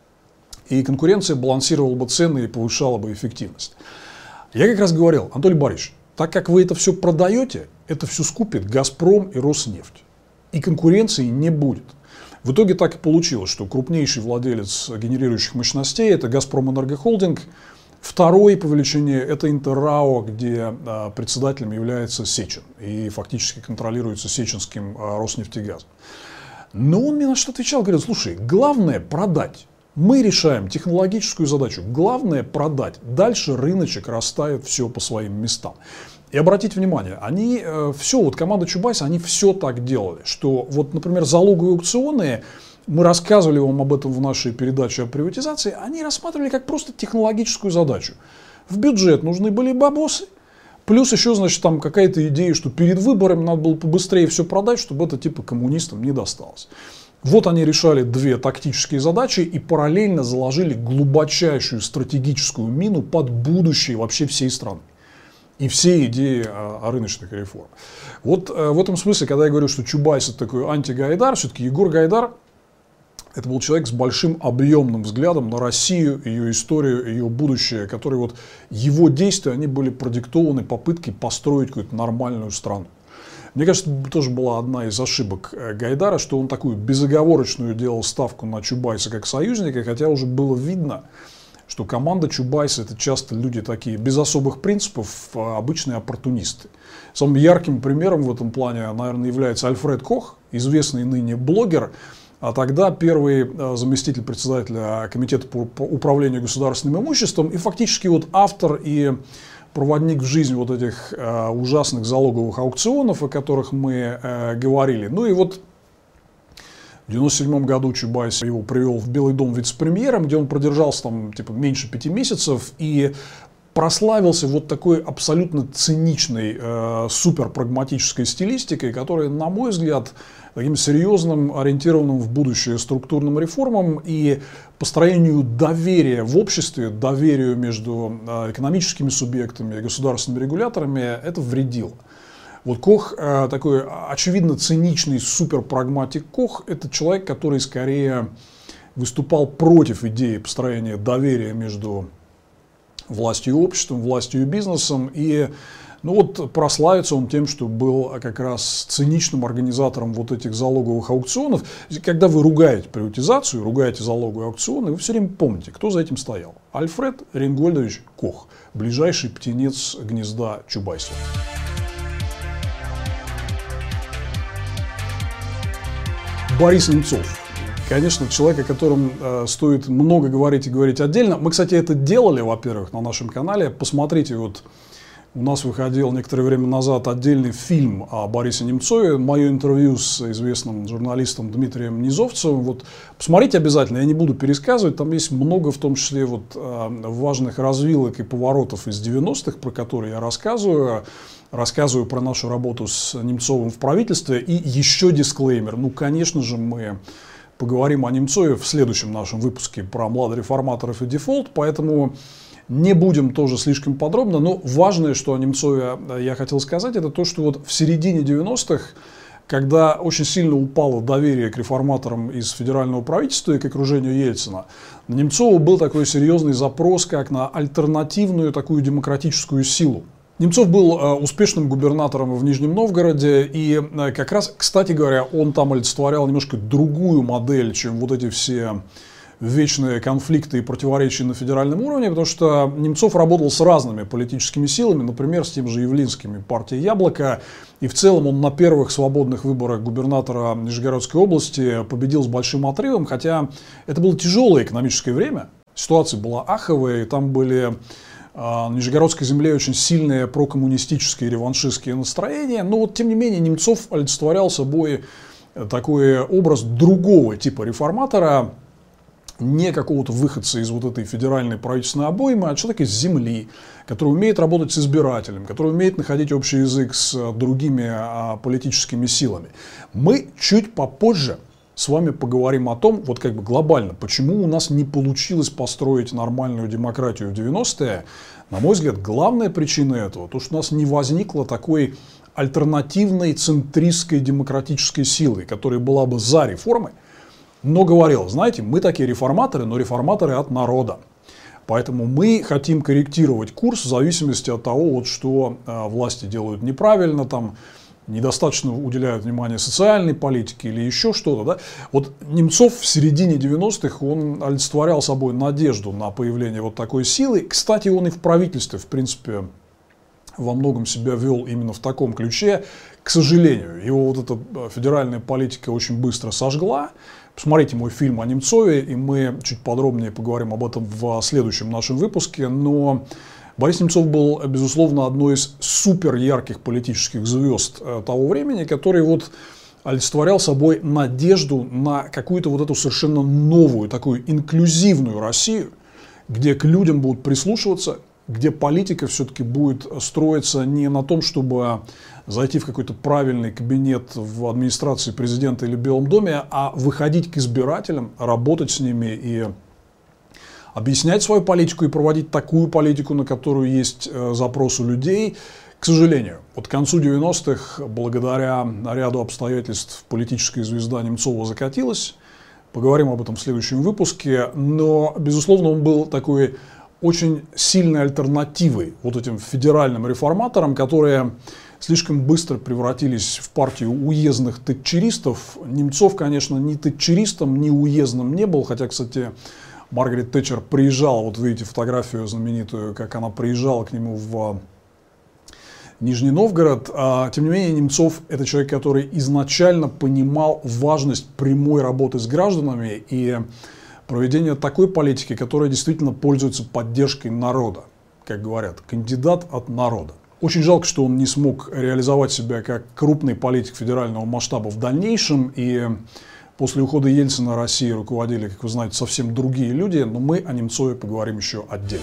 и конкуренция балансировала бы цены и повышала бы эффективность. Я как раз говорил, Анатолий Борисович, так как вы это все продаете, это все скупит «Газпром» и «Роснефть». И конкуренции не будет. В итоге так и получилось, что крупнейший владелец генерирующих мощностей – это «Газпром Энергохолдинг». Второй по величине – это «Интеррао», где а, председателем является Сечин. И фактически контролируется сеченским а, Роснефтегазом. Но он мне на что отвечал, говорит, слушай, главное продать. Мы решаем технологическую задачу. Главное продать. Дальше рыночек расставит все по своим местам. И обратите внимание, они э, все, вот команда Чубайса, они все так делали, что вот, например, залоговые аукционы, мы рассказывали вам об этом в нашей передаче о приватизации, они рассматривали как просто технологическую задачу. В бюджет нужны были бабосы, плюс еще, значит, там какая-то идея, что перед выборами надо было побыстрее все продать, чтобы это типа коммунистам не досталось. Вот они решали две тактические задачи и параллельно заложили глубочайшую стратегическую мину под будущее вообще всей страны. И все идеи о, о рыночных реформах. Вот э, в этом смысле, когда я говорю, что Чубайс это такой анти-Гайдар, все-таки Егор Гайдар это был человек с большим объемным взглядом на Россию, ее историю, ее будущее, который вот его действия, они были продиктованы попыткой построить какую-то нормальную страну. Мне кажется, это тоже была одна из ошибок Гайдара, что он такую безоговорочную делал ставку на Чубайса как союзника, хотя уже было видно, что команда Чубайса это часто люди такие без особых принципов, обычные оппортунисты. Самым ярким примером в этом плане, наверное, является Альфред Кох, известный ныне блогер, а тогда первый заместитель председателя комитета по управлению государственным имуществом и фактически вот автор и проводник в жизнь вот этих ужасных залоговых аукционов, о которых мы говорили. Ну и вот в девяносто седьмом году Чубайс его привел в Белый дом вице-премьером, где он продержался там типа меньше пяти месяцев и прославился вот такой абсолютно циничной, э, суперпрагматической стилистикой, которая, на мой взгляд, таким серьезным, ориентированным в будущее структурным реформам и построению доверия в обществе, доверию между э, экономическими субъектами и государственными регуляторами, это вредило. Вот Кох, такой очевидно циничный суперпрагматик Кох, это человек, который скорее выступал против идеи построения доверия между властью и обществом, властью и бизнесом. И ну вот прославится он тем, что был как раз циничным организатором вот этих залоговых аукционов. Когда вы ругаете приватизацию, ругаете залоговые аукционы, вы все время помните, кто за этим стоял. Альфред Рейнгольдович Кох, ближайший птенец гнезда Чубайса. Борис Немцов. Конечно, человек, о котором э, стоит много говорить и говорить отдельно. Мы, кстати, это делали, во-первых, на нашем канале. Посмотрите, вот у нас выходил некоторое время назад отдельный фильм о Борисе Немцове. Мое интервью с известным журналистом Дмитрием Низовцевым. Вот, посмотрите обязательно, я не буду пересказывать. Там есть много, в том числе, вот, э, важных развилок и поворотов из девяностых, про которые я рассказываю. Рассказываю про нашу работу с Немцовым в правительстве. И еще дисклеймер. Ну, конечно же, мы поговорим о Немцове в следующем нашем выпуске про младореформаторов и дефолт. Поэтому не будем тоже слишком подробно. Но важное, что о Немцове я хотел сказать, это то, что вот в середине девяностых, когда очень сильно упало доверие к реформаторам из федерального правительства и к окружению Ельцина, на Немцова был такой серьезный запрос, как на альтернативную такую демократическую силу. Немцов был э, успешным губернатором в Нижнем Новгороде, и э, как раз, кстати говоря, он там олицетворял немножко другую модель, чем вот эти все вечные конфликты и противоречия на федеральном уровне, потому что Немцов работал с разными политическими силами, например, с тем же Явлинским, партией «Яблоко», и в целом он на первых свободных выборах губернатора Нижегородской области победил с большим отрывом, хотя это было тяжелое экономическое время, ситуация была аховая, и там были на Нижегородской земле очень сильные прокоммунистические реваншистские настроения, но вот тем не менее Немцов олицетворял собой такой образ другого типа реформатора, не какого-то выходца из вот этой федеральной правительственной обоймы, а человека из земли, который умеет работать с избирателем, который умеет находить общий язык с другими а, политическими силами. Мы чуть попозже с вами поговорим о том, вот как бы глобально, почему у нас не получилось построить нормальную демократию в девяностые. На мой взгляд, главная причина этого, то, что у нас не возникло такой альтернативной центристской демократической силы, которая была бы за реформы, но говорила, знаете, мы такие реформаторы, но реформаторы от народа. Поэтому мы хотим корректировать курс в зависимости от того, вот, что э, власти делают неправильно, там, недостаточно уделяют внимание социальной политике или еще что-то. Да? Вот Немцов в середине девяностых, он олицетворял собой надежду на появление вот такой силы. Кстати, он и в правительстве, в принципе, во многом себя вел именно в таком ключе. К сожалению, его вот эта федеральная политика очень быстро сожгла. Посмотрите мой фильм о Немцове, и мы чуть подробнее поговорим об этом в следующем нашем выпуске. Но Борис Немцов был, безусловно, одной из супер ярких политических звезд того времени, который вот олицетворял собой надежду на какую-то вот эту совершенно новую, такую инклюзивную Россию, где к людям будут прислушиваться, где политика все-таки будет строиться не на том, чтобы зайти в какой-то правильный кабинет в администрации президента или Белом доме, а выходить к избирателям, работать с ними и объяснять свою политику и проводить такую политику, на которую есть запрос у людей. К сожалению, вот к концу девяностых, благодаря ряду обстоятельств, политическая звезда Немцова закатилась. Поговорим об этом в следующем выпуске. Но, безусловно, он был такой очень сильной альтернативой вот этим федеральным реформаторам, которые слишком быстро превратились в партию уездных тэтчеристов. Немцов, конечно, ни тэтчеристом, ни уездным не был, хотя, кстати, Маргарет Тэтчер приезжала, вот видите фотографию знаменитую, как она приезжала к нему в Нижний Новгород. А, тем не менее, Немцов – это человек, который изначально понимал важность прямой работы с гражданами и проведения такой политики, которая действительно пользуется поддержкой народа, как говорят, кандидат от народа. Очень жалко, что он не смог реализовать себя как крупный политик федерального масштаба в дальнейшем, и после ухода Ельцина России руководили, как вы знаете, совсем другие люди, но мы о Немцове поговорим еще отдельно.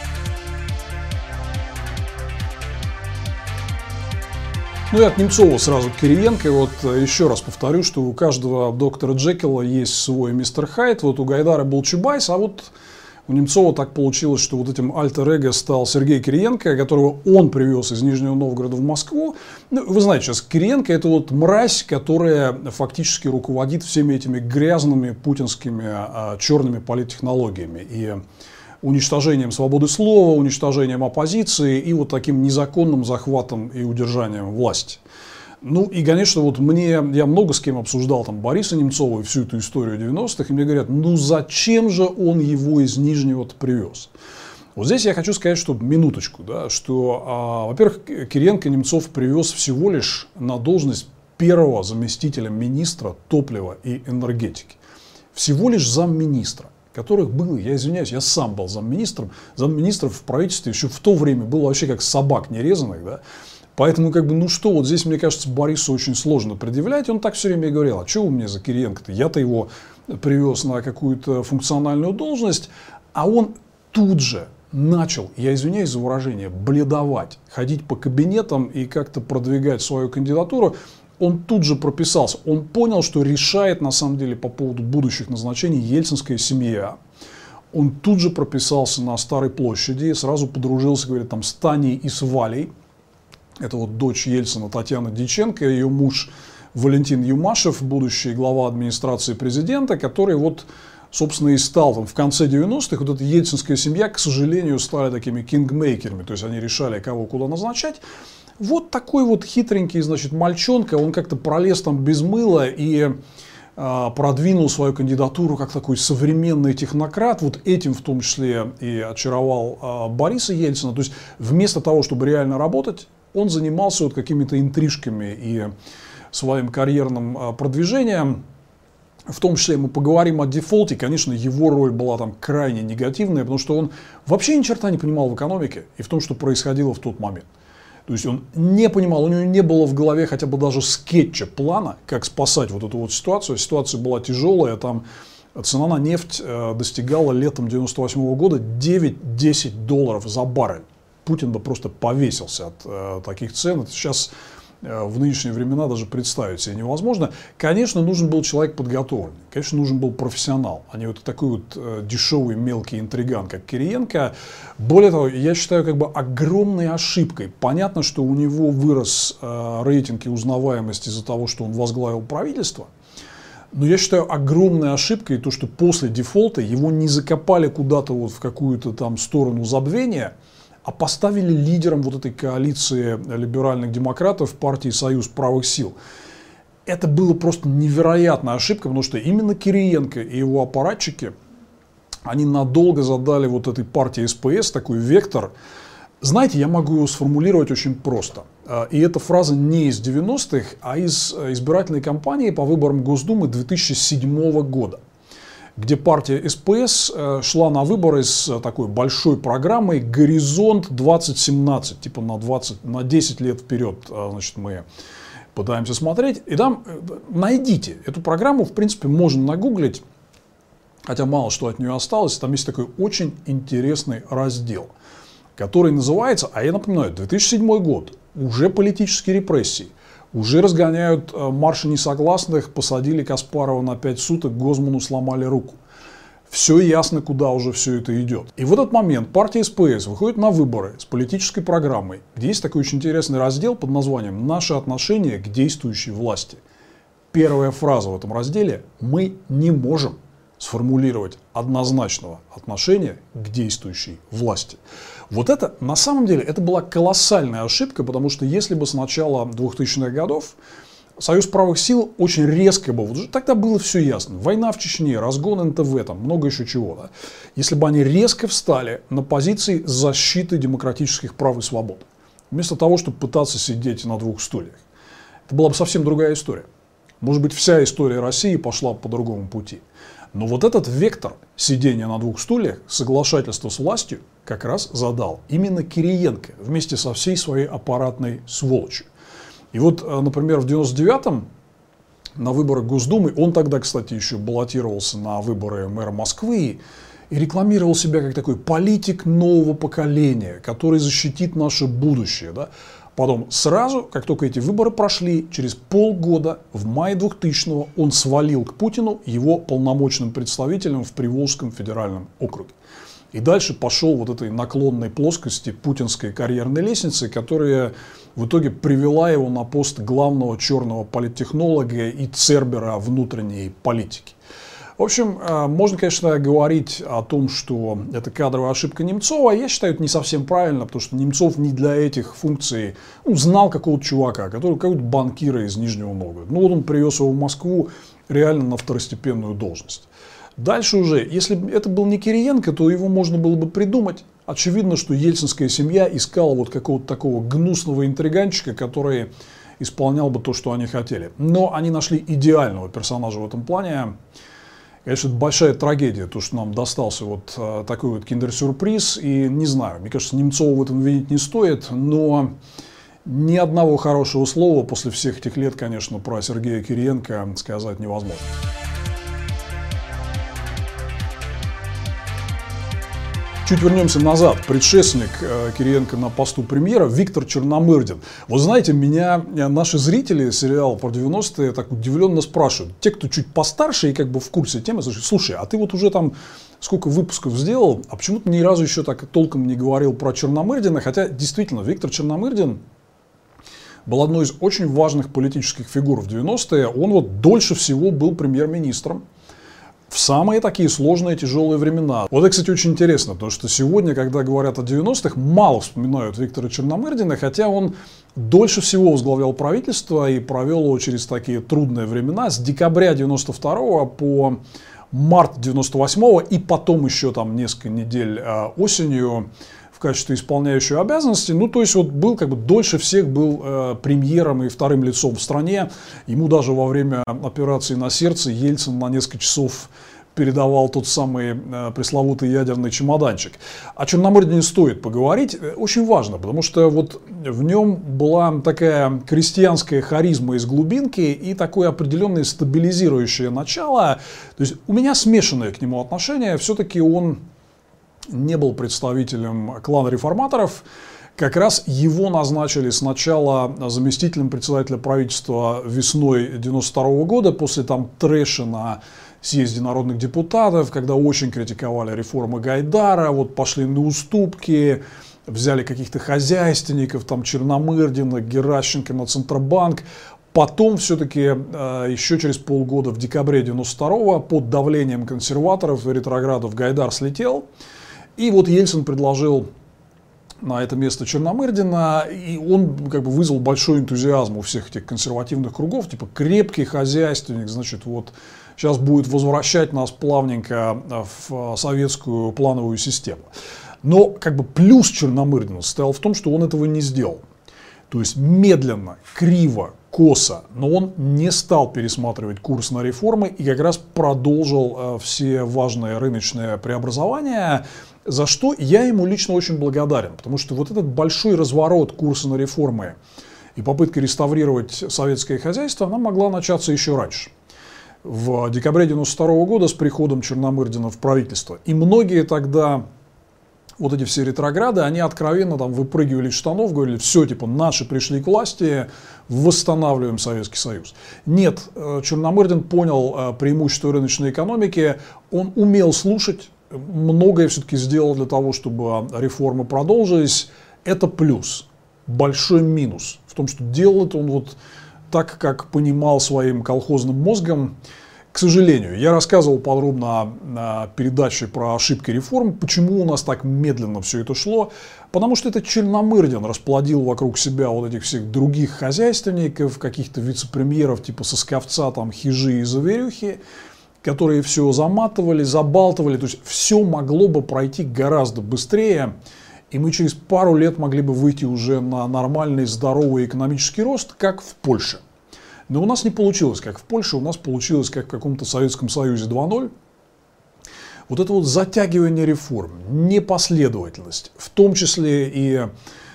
Ну и от Немцова сразу к Кириенко. Вот еще раз повторю, что у каждого доктора Джекила есть свой мистер Хайд. Вот у Гайдара был Чубайс, а вот у Немцова так получилось, что вот этим альтер-эго стал Сергей Кириенко, которого он привез из Нижнего Новгорода в Москву. Ну, вы знаете, сейчас Кириенко – это вот мразь, которая фактически руководит всеми этими грязными путинскими а, черными политтехнологиями. И уничтожением свободы слова, уничтожением оппозиции и вот таким незаконным захватом и удержанием власти. Ну и, конечно, вот мне, я много с кем обсуждал там Бориса Немцова и всю эту историю девяностых, и мне говорят, ну зачем же он его из Нижнего-то привез? Вот здесь я хочу сказать, что минуточку, да, что, а, во-первых, Кириенко Немцов привез всего лишь на должность первого заместителя министра топлива и энергетики. Всего лишь замминистра, которых было, я извиняюсь, я сам был замминистром, замминистров в правительстве еще в то время было вообще как собак нерезанных, да. Поэтому, как бы, ну что, вот здесь, мне кажется, Борису очень сложно предъявлять. Он так все время и говорил, а что вы мне за Кириенко-то? Я-то его привез на какую-то функциональную должность, а он тут же начал, я извиняюсь за выражение, бледовать, ходить по кабинетам и как-то продвигать свою кандидатуру. Он тут же прописался. Он понял, что решает, на самом деле, по поводу будущих назначений ельцинская семья. Он тут же прописался на Старой площади, сразу подружился, говорит, там, с Таней и с Валей. Это вот дочь Ельцина Татьяна Дьяченко, ее муж Валентин Юмашев, будущий глава администрации президента, который вот собственно, и стал там в конце девяностых, вот эта ельцинская семья, к сожалению, стали такими кингмейкерами, то есть они решали, кого куда назначать. Вот такой вот хитренький, значит, мальчонка, он как-то пролез там без мыла и э, продвинул свою кандидатуру как такой современный технократ, вот этим в том числе и очаровал э, Бориса Ельцина, то есть вместо того, чтобы реально работать, он занимался вот какими-то интрижками и своим карьерным э, продвижением. В том числе мы поговорим о дефолте, конечно, его роль была там крайне негативная, потому что он вообще ни черта не понимал в экономике и в том, что происходило в тот момент. То есть он не понимал, у него не было в голове хотя бы даже скетча, плана, как спасать вот эту вот ситуацию. Ситуация была тяжелая, там цена на нефть достигала летом девяносто восьмого года девять-десять долларов за баррель. Путин бы просто повесился от э, таких цен. Это сейчас э, в нынешние времена даже представить себе невозможно. Конечно, нужен был человек подготовленный. Конечно, нужен был профессионал, а не вот такой вот э, дешевый мелкий интриган, как Кириенко. Более того, я считаю как бы огромной ошибкой. Понятно, что у него вырос э, рейтинг и узнаваемость из-за того, что он возглавил правительство. Но я считаю огромной ошибкой то, что после дефолта его не закопали куда-то вот в какую-то там сторону забвения, а поставили лидером вот этой коалиции либеральных демократов партии «Союз правых сил». Это было просто невероятная ошибка, потому что именно Кириенко и его аппаратчики, они надолго задали вот этой партии СПС такой вектор. Знаете, я могу его сформулировать очень просто. И эта фраза не из девяностых, а из избирательной кампании по выборам Госдумы две тысячи седьмого года. Где партия СПС шла на выборы с такой большой программой «Горизонт двадцать семнадцать», типа на, двадцать, на десять лет вперед, значит, мы пытаемся смотреть. И там найдите эту программу, в принципе, можно нагуглить, хотя мало что от нее осталось. Там есть такой очень интересный раздел, который называется, а я напоминаю, две тысячи седьмой год, уже политические репрессии. Уже разгоняют марши несогласных, посадили Каспарова на пять суток, Гозману сломали руку. Все ясно, куда уже все это идет. И в этот момент партия СПС выходит на выборы с политической программой, где есть такой очень интересный раздел под названием «Наше отношение к действующей власти». Первая фраза в этом разделе – мы не можем сформулировать однозначного отношения к действующей власти. Вот это, на самом деле, это была колоссальная ошибка, потому что если бы с начала двухтысячных годов Союз правых сил очень резко был, вот тогда было все ясно, война в Чечне, разгон эн тэ вэ, там много еще чего, да? Если бы они резко встали на позиции защиты демократических прав и свобод, вместо того, чтобы пытаться сидеть на двух стульях, это была бы совсем другая история. Может быть, вся история России пошла по другому пути. Но вот этот вектор сидения на двух стульях, соглашательства с властью, как раз задал именно Кириенко вместе со всей своей аппаратной сволочью. И вот, например, в девяносто девятом на выборах Госдумы, он тогда, кстати, еще баллотировался на выборы мэра Москвы и рекламировал себя как такой политик нового поколения, который защитит наше будущее. Да? Потом сразу, как только эти выборы прошли, через полгода, в мае двухтысячного, он свалил к Путину его полномочным представителем в Приволжском федеральном округе. И дальше пошел вот этой наклонной плоскости путинской карьерной лестницы, которая в итоге привела его на пост главного черного политтехнолога и цербера внутренней политики. В общем, можно, конечно, говорить о том, что это кадровая ошибка Немцова. Я считаю, это не совсем правильно, потому что Немцов не для этих функций ну, знал какого-то чувака, который какого-то банкира из Нижнего Новгорода. Ну вот он привез его в Москву реально на второстепенную должность. Дальше уже, если это был не Кириенко, то его можно было бы придумать. Очевидно, что ельцинская семья искала вот какого-то такого гнусного интриганчика, который исполнял бы то, что они хотели. Но они нашли идеального персонажа в этом плане. Конечно, это большая трагедия, то, что нам достался вот а, такой вот киндер-сюрприз. И не знаю, мне кажется, Немцова в этом винить не стоит, но ни одного хорошего слова после всех этих лет, конечно, про Сергея Кириенко сказать невозможно. Чуть вернемся назад. Предшественник э, Кириенко на посту премьера Виктор Черномырдин. Вот знаете, меня э, наши зрители сериала про девяностые так удивленно спрашивают. Те, кто чуть постарше и как бы в курсе темы, слушай, а ты вот уже там сколько выпусков сделал, а почему ты ни разу еще так толком не говорил про Черномырдина? Хотя действительно, Виктор Черномырдин был одной из очень важных политических фигур в девяностые. Он вот дольше всего был премьер-министром. в самые такие сложные, тяжелые времена. Вот это, кстати, очень интересно, потому что сегодня, когда говорят о девяностых, мало вспоминают Виктора Черномырдина, хотя он дольше всего возглавлял правительство и провел его через такие трудные времена с декабря девяносто второго по март девяносто восьмого и потом еще там несколько недель осенью в качестве исполняющего обязанности. Ну, то есть, вот был как бы дольше всех был э, премьером и вторым лицом в стране. Ему даже во время операции на сердце Ельцин на несколько часов передавал тот самый э, пресловутый ядерный чемоданчик. О Черномырдине стоит поговорить. Очень важно, потому что вот в нем была такая крестьянская харизма из глубинки и такое определенное стабилизирующее начало. То есть, у меня смешанное к нему отношение. Все-таки он не был представителем клана реформаторов. Как раз его назначили сначала заместителем председателя правительства весной девяносто второго года, после там трэша на съезде народных депутатов, когда очень критиковали реформы Гайдара, вот пошли на уступки, взяли каких-то хозяйственников, там Черномырдина, Геращенко на Центробанк. Потом все-таки э, еще через полгода, в декабре девяносто второго, под давлением консерваторов и ретроградов Гайдар слетел. И вот Ельцин предложил на это место Черномырдина, и он как бы вызвал большой энтузиазм у всех этих консервативных кругов, типа крепкий хозяйственник, значит, вот сейчас будет возвращать нас плавненько в советскую плановую систему. Но как бы плюс Черномырдина состоял в том, что он этого не сделал. То есть медленно, криво, косо, но он не стал пересматривать курс на реформы и как раз продолжил э, все важные рыночные преобразования, за что я ему лично очень благодарен, потому что вот этот большой разворот курса на реформы и попытка реставрировать советское хозяйство, она могла начаться еще раньше. В декабре девяносто второго года с приходом Черномырдина в правительство. И многие тогда, вот эти все ретрограды, они откровенно там выпрыгивали из штанов, говорили, все, типа, наши пришли к власти, восстанавливаем Советский Союз. Нет, Черномырдин понял преимущество рыночной экономики, он умел слушать, многое все-таки сделал для того, чтобы реформы продолжились. Это плюс. Большой минус в том, что делал это он вот так, как понимал своим колхозным мозгом. К сожалению, я рассказывал подробно на передаче про ошибки реформ, почему у нас так медленно все это шло. Потому что этот Черномырдин расплодил вокруг себя вот этих всех других хозяйственников, каких-то вице-премьеров типа Сосковца, там, Хижи и Заверюхи, которые все заматывали, забалтывали. То есть все могло бы пройти гораздо быстрее, и мы через пару лет могли бы выйти уже на нормальный, здоровый экономический рост, как в Польше. Но у нас не получилось, как в Польше, у нас получилось, как в каком-то Советском Союзе два ноль. Вот это вот затягивание реформ, непоследовательность, в том числе и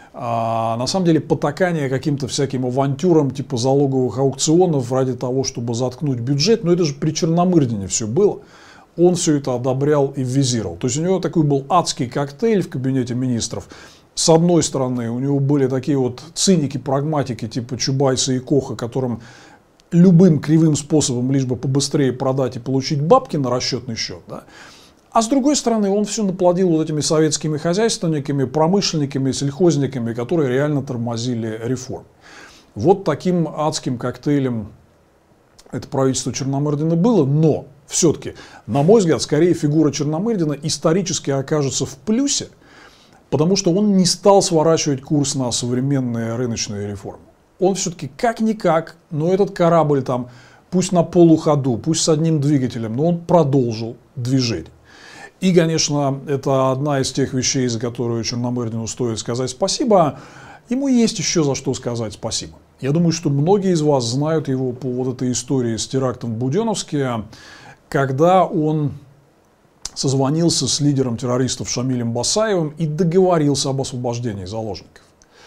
а, на самом деле потакание каким-то всяким авантюрам типа залоговых аукционов ради того, чтобы заткнуть бюджет. Но это же при Черномырдине все было. Он все это одобрял и визировал. То есть у него такой был адский коктейль в кабинете министров. С одной стороны, у него были такие вот циники-прагматики типа Чубайса и Коха, которым любым кривым способом лишь бы побыстрее продать и получить бабки на расчетный счет. Да? А с другой стороны, он все наплодил вот этими советскими хозяйственниками, промышленниками, сельхозниками, которые реально тормозили реформ. Вот таким адским коктейлем это правительство Черномырдина было, но все-таки, на мой взгляд, скорее фигура Черномырдина исторически окажется в плюсе, потому что он не стал сворачивать курс на современные рыночные реформы. Он все-таки как-никак, но этот корабль там, пусть на полуходу, пусть с одним двигателем, но он продолжил движение. И, конечно, это одна из тех вещей, за которую Черномырдину стоит сказать спасибо. Ему есть еще за что сказать спасибо. Я думаю, что многие из вас знают его по вот этой истории с терактом в Буденновске, когда он созвонился с лидером террористов Шамилем Басаевым и договорился об освобождении заложников.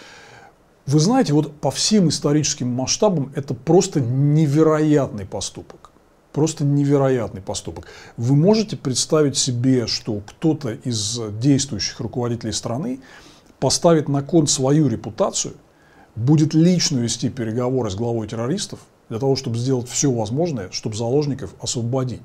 Вы знаете, вот по всем историческим масштабам это просто невероятный поступок. Просто невероятный поступок. Вы можете представить себе, что кто-то из действующих руководителей страны поставит на кон свою репутацию, будет лично вести переговоры с главой террористов для того, чтобы сделать все возможное, чтобы заложников освободить.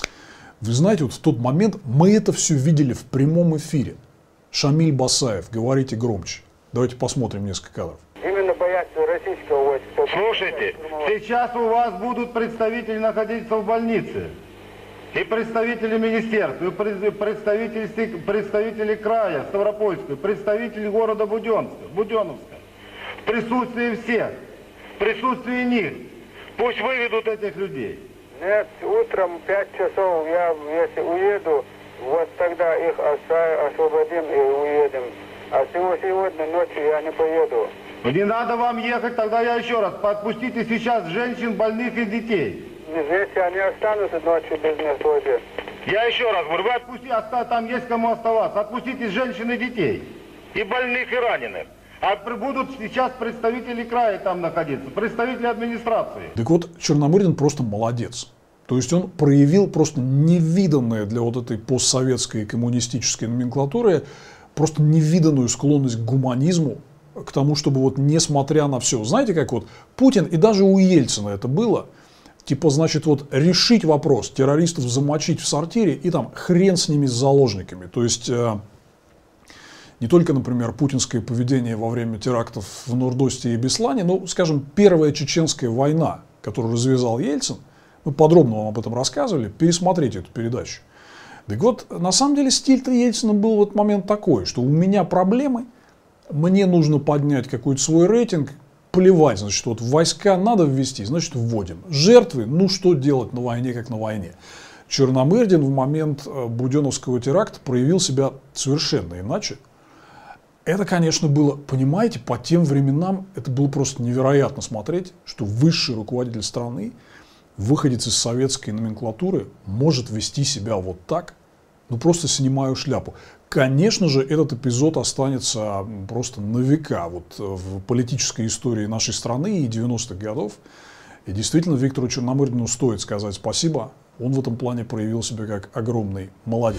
Вы знаете, вот в тот момент мы это все видели в прямом эфире. Шамиль Басаев, говорите громче. Давайте посмотрим несколько кадров. Именно боясь российского войска. Слушайте, сейчас у вас будут представители находиться в больнице. и представители министерства, и представители, представители края Ставропольского, представители города Буденновска, Буденновска, в присутствии всех, в присутствии них, пусть выведут этих людей. Нет, утром в пять часов я, если уеду, вот тогда их освободим и уедем. А сегодня ночью я не поеду. Не надо вам ехать, тогда я еще раз, подпустите сейчас женщин, больных и детей. Если они останутся ночью без них тоже. Я еще раз говорю, вы отпустите, там есть кому оставаться, отпустите женщин и детей, и больных, и раненых. А будут сейчас представители края там находиться, представители администрации. Так вот, Черномырдин просто молодец. То есть он проявил просто невиданное для вот этой постсоветской коммунистической номенклатуры, просто невиданную склонность к гуманизму, к тому, чтобы вот несмотря на все, знаете, как вот Путин, и даже у Ельцина это было, типа, значит, вот решить вопрос, террористов замочить в сортире и там хрен с ними, с заложниками. То есть э, не только, например, путинское поведение во время терактов в Нордосте и Беслане, но, скажем, первая чеченская война, которую развязал Ельцин, мы подробно вам об этом рассказывали, пересмотрите эту передачу. Так вот, на самом деле стиль-то Ельцина был в этот момент такой, что у меня проблемы, мне нужно поднять какой-то свой рейтинг, плевать, значит, вот войска надо ввести, значит, вводим. Жертвы, ну что делать на войне, как на войне. Черномырдин в момент Буденновского теракта проявил себя совершенно иначе. Это, конечно, было, понимаете, по тем временам это было просто невероятно смотреть, что высший руководитель страны, выходец из советской номенклатуры, может вести себя вот так, ну просто снимаю шляпу. Конечно же, этот эпизод останется просто на века вот в политической истории нашей страны и девяностых годов. И действительно, Виктору Черномырдину стоит сказать спасибо. Он в этом плане проявил себя как огромный молодец.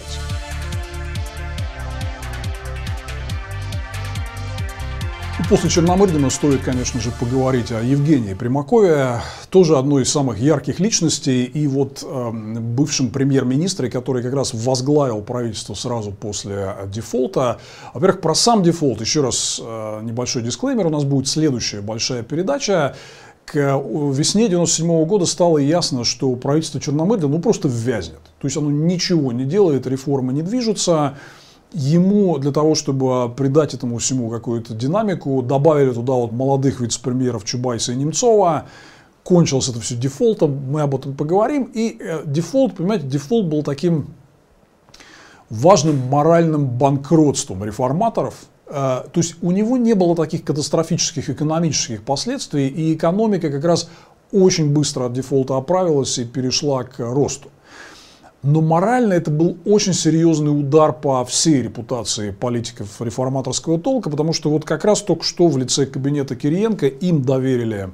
И после Черномырдина стоит, конечно же, поговорить о Евгении Примакове, тоже одной из самых ярких личностей, и вот э, бывшем премьер-министре, который как раз возглавил правительство сразу после дефолта. Во-первых, про сам дефолт, еще раз э, небольшой дисклеймер, у нас будет следующая большая передача. К весне девяносто седьмого года стало ясно, что правительство Черномырдина ну, просто ввязнет. То есть оно ничего не делает, реформы не движутся. Ему для того, чтобы придать этому всему какую-то динамику, добавили туда вот молодых вице-премьеров Чубайса и Немцова. Кончилось это все дефолтом, мы об этом поговорим. И дефолт, понимаете, дефолт был таким важным моральным банкротством реформаторов. То есть у него не было таких катастрофических экономических последствий, и экономика как раз очень быстро от дефолта оправилась и перешла к росту. Но морально это был очень серьезный удар по всей репутации политиков реформаторского толка, потому что вот как раз только что в лице кабинета Кириенко им доверили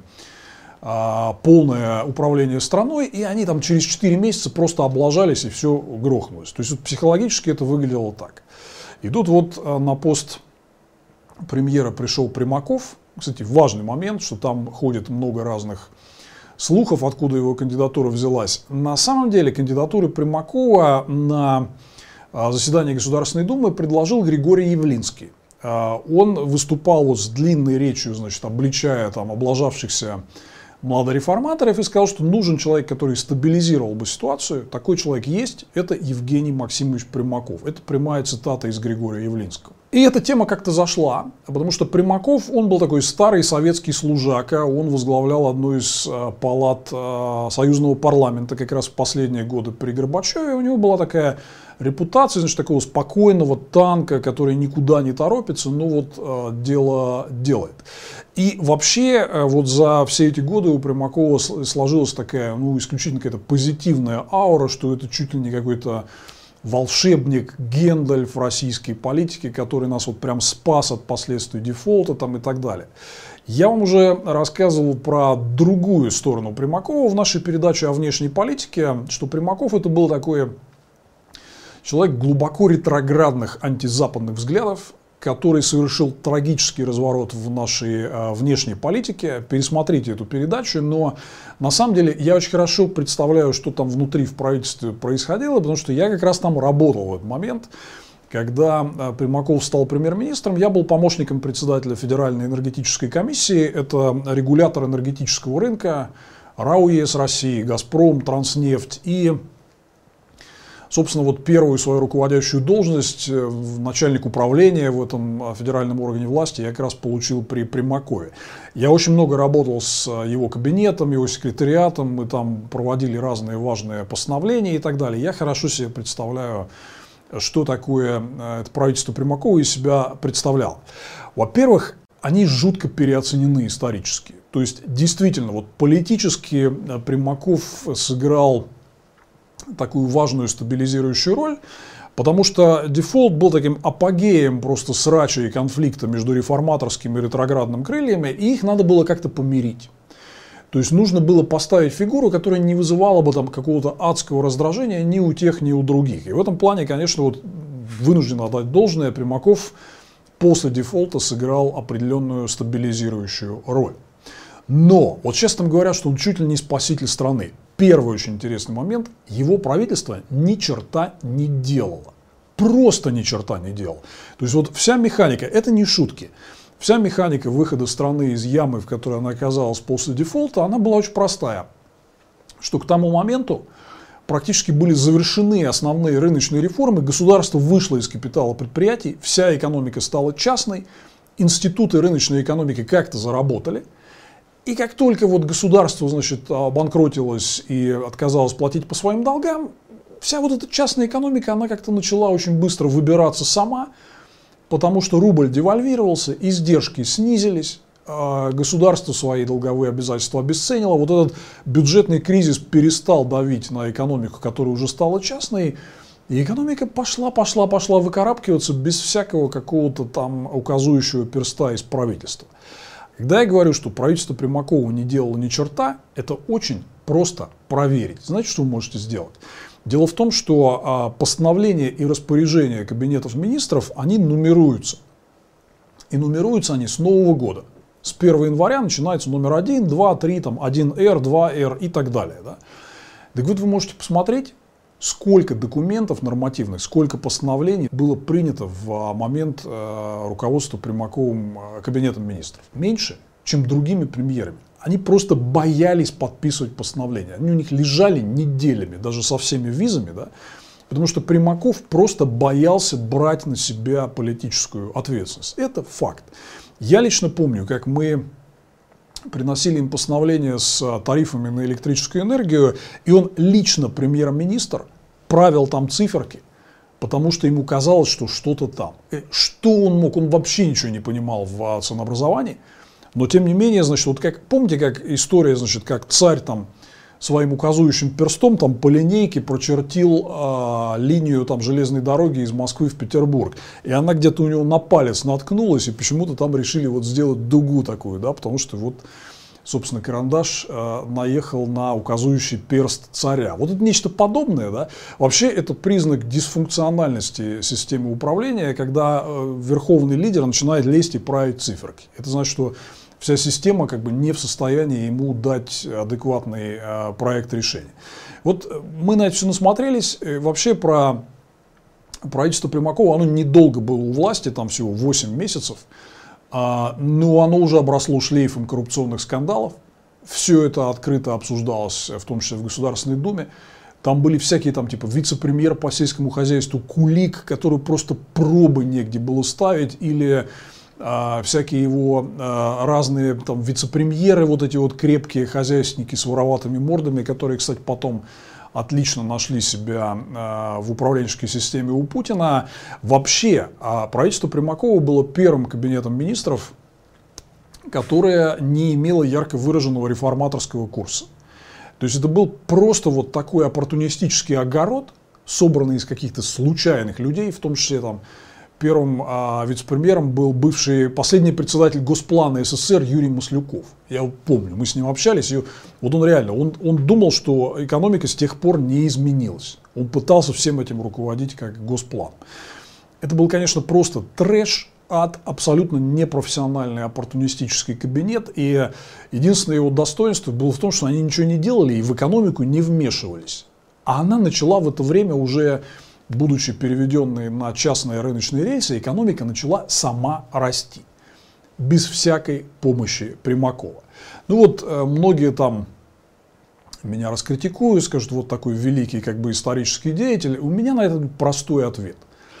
а, полное управление страной, и они там через четыре месяца просто облажались и все грохнулось. То есть вот, психологически это выглядело так. И тут вот а, на пост премьера пришел Примаков. Кстати, важный момент, что там ходит много разных слухов, откуда его кандидатура взялась. На самом деле кандидатуру Примакова на заседании Государственной Думы предложил Григорий Явлинский. Он выступал вот с длинной речью, значит, обличая там облажавшихся младореформаторов и сказал, что нужен человек, который стабилизировал бы ситуацию. Такой человек есть, это Евгений Максимович Примаков. Это прямая цитата из Григория Явлинского. И эта тема как-то зашла, потому что Примаков, он был такой старый советский служака, он возглавлял одну из палат союзного парламента как раз в последние годы при Горбачеве. У него была такая репутация, значит, такого спокойного танка, который никуда не торопится, но вот дело делает. И вообще вот за все эти годы у Примакова сложилась такая, ну, исключительно какая-то позитивная аура, что это чуть ли не какой-то волшебник Гендальф российской политики, который нас вот прям спас от последствий дефолта там и так далее. Я вам уже рассказывал про другую сторону Примакова в нашей передаче о внешней политике, что Примаков это был такой человек глубоко ретроградных антизападных взглядов, который совершил трагический разворот в нашей э, внешней политике. Пересмотрите эту передачу, но на самом деле я очень хорошо представляю, что там внутри в правительстве происходило, потому что я как раз там работал в этот момент. Когда э, Примаков стал премьер-министром, я был помощником председателя Федеральной энергетической комиссии, это регулятор энергетического рынка, РАО ЕС России, Газпром, Транснефть. И Собственно, вот первую свою руководящую должность, начальник управления в этом федеральном органе власти, я как раз получил при Примакове. Я очень много работал с его кабинетом, его секретариатом, мы там проводили разные важные постановления и так далее. Я хорошо себе представляю, что такое это правительство Примакова из себя представляло. Во-первых, они жутко переоценены исторически. То есть, действительно, вот политически Примаков сыграл такую важную стабилизирующую роль, потому что дефолт был таким апогеем просто срача и конфликта между реформаторским и ретроградным крыльями, и их надо было как-то помирить. То есть нужно было поставить фигуру, которая не вызывала бы там какого-то адского раздражения ни у тех, ни у других. И в этом плане, конечно, вот вынужден отдать должное, Примаков после дефолта сыграл определенную стабилизирующую роль. Но вот сейчас там говорят, что он чуть ли не спаситель страны. Первый очень интересный момент, его правительство ни черта не делало. Просто ни черта не делало. То есть вот вся механика, это не шутки. Вся механика выхода страны из ямы, в которой она оказалась после дефолта, она была очень простая. Что к тому моменту практически были завершены основные рыночные реформы, государство вышло из капитала предприятий, вся экономика стала частной, институты рыночной экономики как-то заработали. И как только вот государство, значит, обанкротилось и отказалось платить по своим долгам, вся вот эта частная экономика, она как-то начала очень быстро выбираться сама, потому что рубль девальвировался, издержки снизились, государство свои долговые обязательства обесценило, вот этот бюджетный кризис перестал давить на экономику, которая уже стала частной, и экономика пошла, пошла, пошла выкарабкиваться без всякого какого-то там указующего перста из правительства. Когда я говорю, что правительство Примакова не делало ни черта, это очень просто проверить. Знаете, что вы можете сделать? Дело в том, что а, постановления и распоряжения кабинетов министров, они нумеруются. И нумеруются они с Нового года. С первого января начинается номер один, два, три, там, один эр, два эр и так далее. Да? Так вот, вы можете посмотреть, сколько документов нормативных, сколько постановлений было принято в момент э, руководства Примаковым э, кабинетом министров. Меньше, чем другими премьерами. Они просто боялись подписывать постановления. Они у них лежали неделями, даже со всеми визами, да, потому что Примаков просто боялся брать на себя политическую ответственность. Это факт. Я лично помню, как мы приносили им постановление с тарифами на электрическую энергию, и он лично, премьер-министр, правил там циферки, потому что ему казалось, что что-то там. Что он мог? Он вообще ничего не понимал в ценообразовании, но тем не менее, значит, вот как, помните, как история, значит, как царь там своим указующим перстом там по линейке прочертил э, линию там железной дороги из Москвы в Петербург. И она где-то у него на палец наткнулась, и почему-то там решили вот сделать дугу такую, да, потому что вот, собственно, карандаш э, наехал на указующий перст царя. Вот это нечто подобное, да. Вообще это признак дисфункциональности системы управления, когда э, верховный лидер начинает лезть и править циферки. Это значит, что вся система как бы не в состоянии ему дать адекватный э, проект решения. Вот мы на это все насмотрелись. Вообще про правительство Примакова, оно недолго было у власти, там всего восемь месяцев. А, но оно уже обросло шлейфом коррупционных скандалов. Все это открыто обсуждалось, в том числе в Государственной Думе. Там были всякие там типа вице-премьер по сельскому хозяйству Кулик, который просто пробы негде было ставить, или всякие его а, разные там вице-премьеры, вот эти вот крепкие хозяйственники с вороватыми мордами, которые, кстати, потом отлично нашли себя а, в управленческой системе у Путина. Вообще, а правительство Примакова было первым кабинетом министров, которое не имело ярко выраженного реформаторского курса. То есть это был просто вот такой оппортунистический огород, собранный из каких-то случайных людей, в том числе там первым а, вице-премьером был бывший последний председатель Госплана СССР Юрий Маслюков. Я вот помню, мы с ним общались, и вот он реально, он, он думал, что экономика с тех пор не изменилась. Он пытался всем этим руководить как Госплан. Это был, конечно, просто трэш, ад, абсолютно непрофессиональный оппортунистический кабинет. И единственное его достоинство было в том, что они ничего не делали и в экономику не вмешивались. А она начала в это время уже, будучи переведенной на частные рыночные рельсы, экономика начала сама расти. Без всякой помощи Примакова. Ну вот, многие там меня раскритикуют, скажут, вот такой великий как бы исторический деятель. У меня на это простой ответ.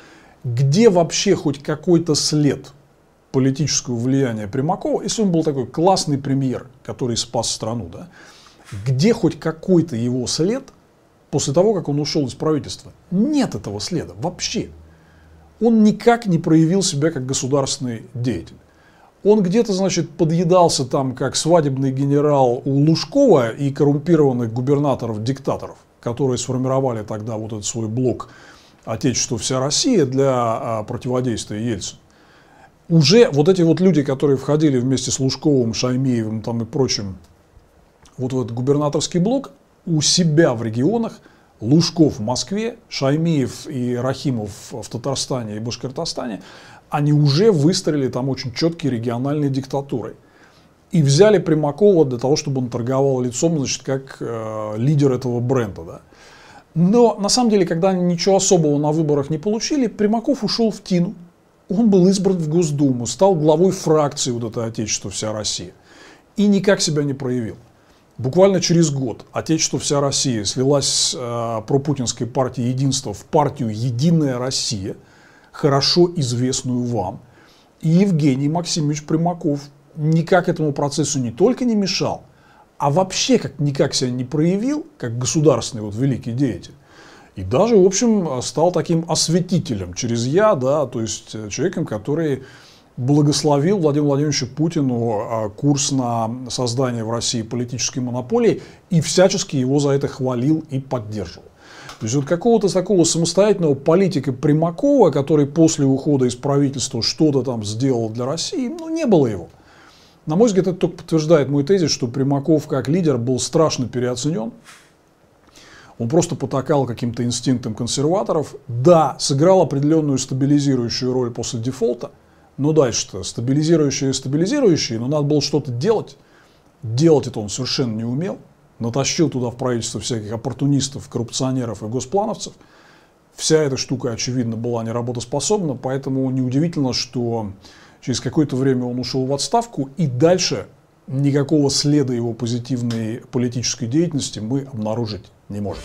Где вообще хоть какой-то след политического влияния Примакова, если он был такой классный премьер, который спас страну, да, где хоть какой-то его след после того, как он ушел из правительства? Нет этого следа вообще. Он никак не проявил себя как государственный деятель. Он где-то, значит, подъедался там, как свадебный генерал у Лужкова и коррумпированных губернаторов-диктаторов, которые сформировали тогда вот этот свой блок «Отечество, вся Россия» для а, противодействия Ельцину. Уже вот эти вот люди, которые входили вместе с Лужковым, Шаймиевым там и прочим вот в этот губернаторский блок, у себя в регионах, Лужков в Москве, Шаймиев и Рахимов в Татарстане и Башкортостане, они уже выстроили там очень четкие региональные диктатуры. И взяли Примакова для того, чтобы он торговал лицом, значит, как э, лидер этого бренда. Да. Но на самом деле, когда они ничего особого на выборах не получили, Примаков ушел в тину. Он был избран в Госдуму, стал главой фракции вот это «Отечество, вся Россия». И никак себя не проявил. Буквально через год «Отечество, вся Россия» слилась с э, пропутинской партией «Единство» в партию «Единая Россия», хорошо известную вам. И Евгений Максимович Примаков никак этому процессу не только не мешал, а вообще как никак себя не проявил, как государственный вот великий деятель. И даже, в общем, стал таким осветителем через «я», да, то есть человеком, который благословил Владимиру Владимировичу Путину курс на создание в России политической монополии и всячески его за это хвалил и поддерживал. То есть вот какого-то такого самостоятельного политика Примакова, который после ухода из правительства что-то там сделал для России, ну не было его. На мой взгляд, это только подтверждает мой тезис, что Примаков как лидер был страшно переоценен. Он просто потакал каким-то инстинктам консерваторов. Да, сыграл определенную стабилизирующую роль после дефолта, но дальше-то стабилизирующие и стабилизирующие, но надо было что-то делать. Делать это он совершенно не умел. Натащил туда в правительство всяких оппортунистов, коррупционеров и госплановцев. Вся эта штука, очевидно, была неработоспособна, поэтому неудивительно, что через какое-то время он ушел в отставку, и дальше никакого следа его позитивной политической деятельности мы обнаружить не можем.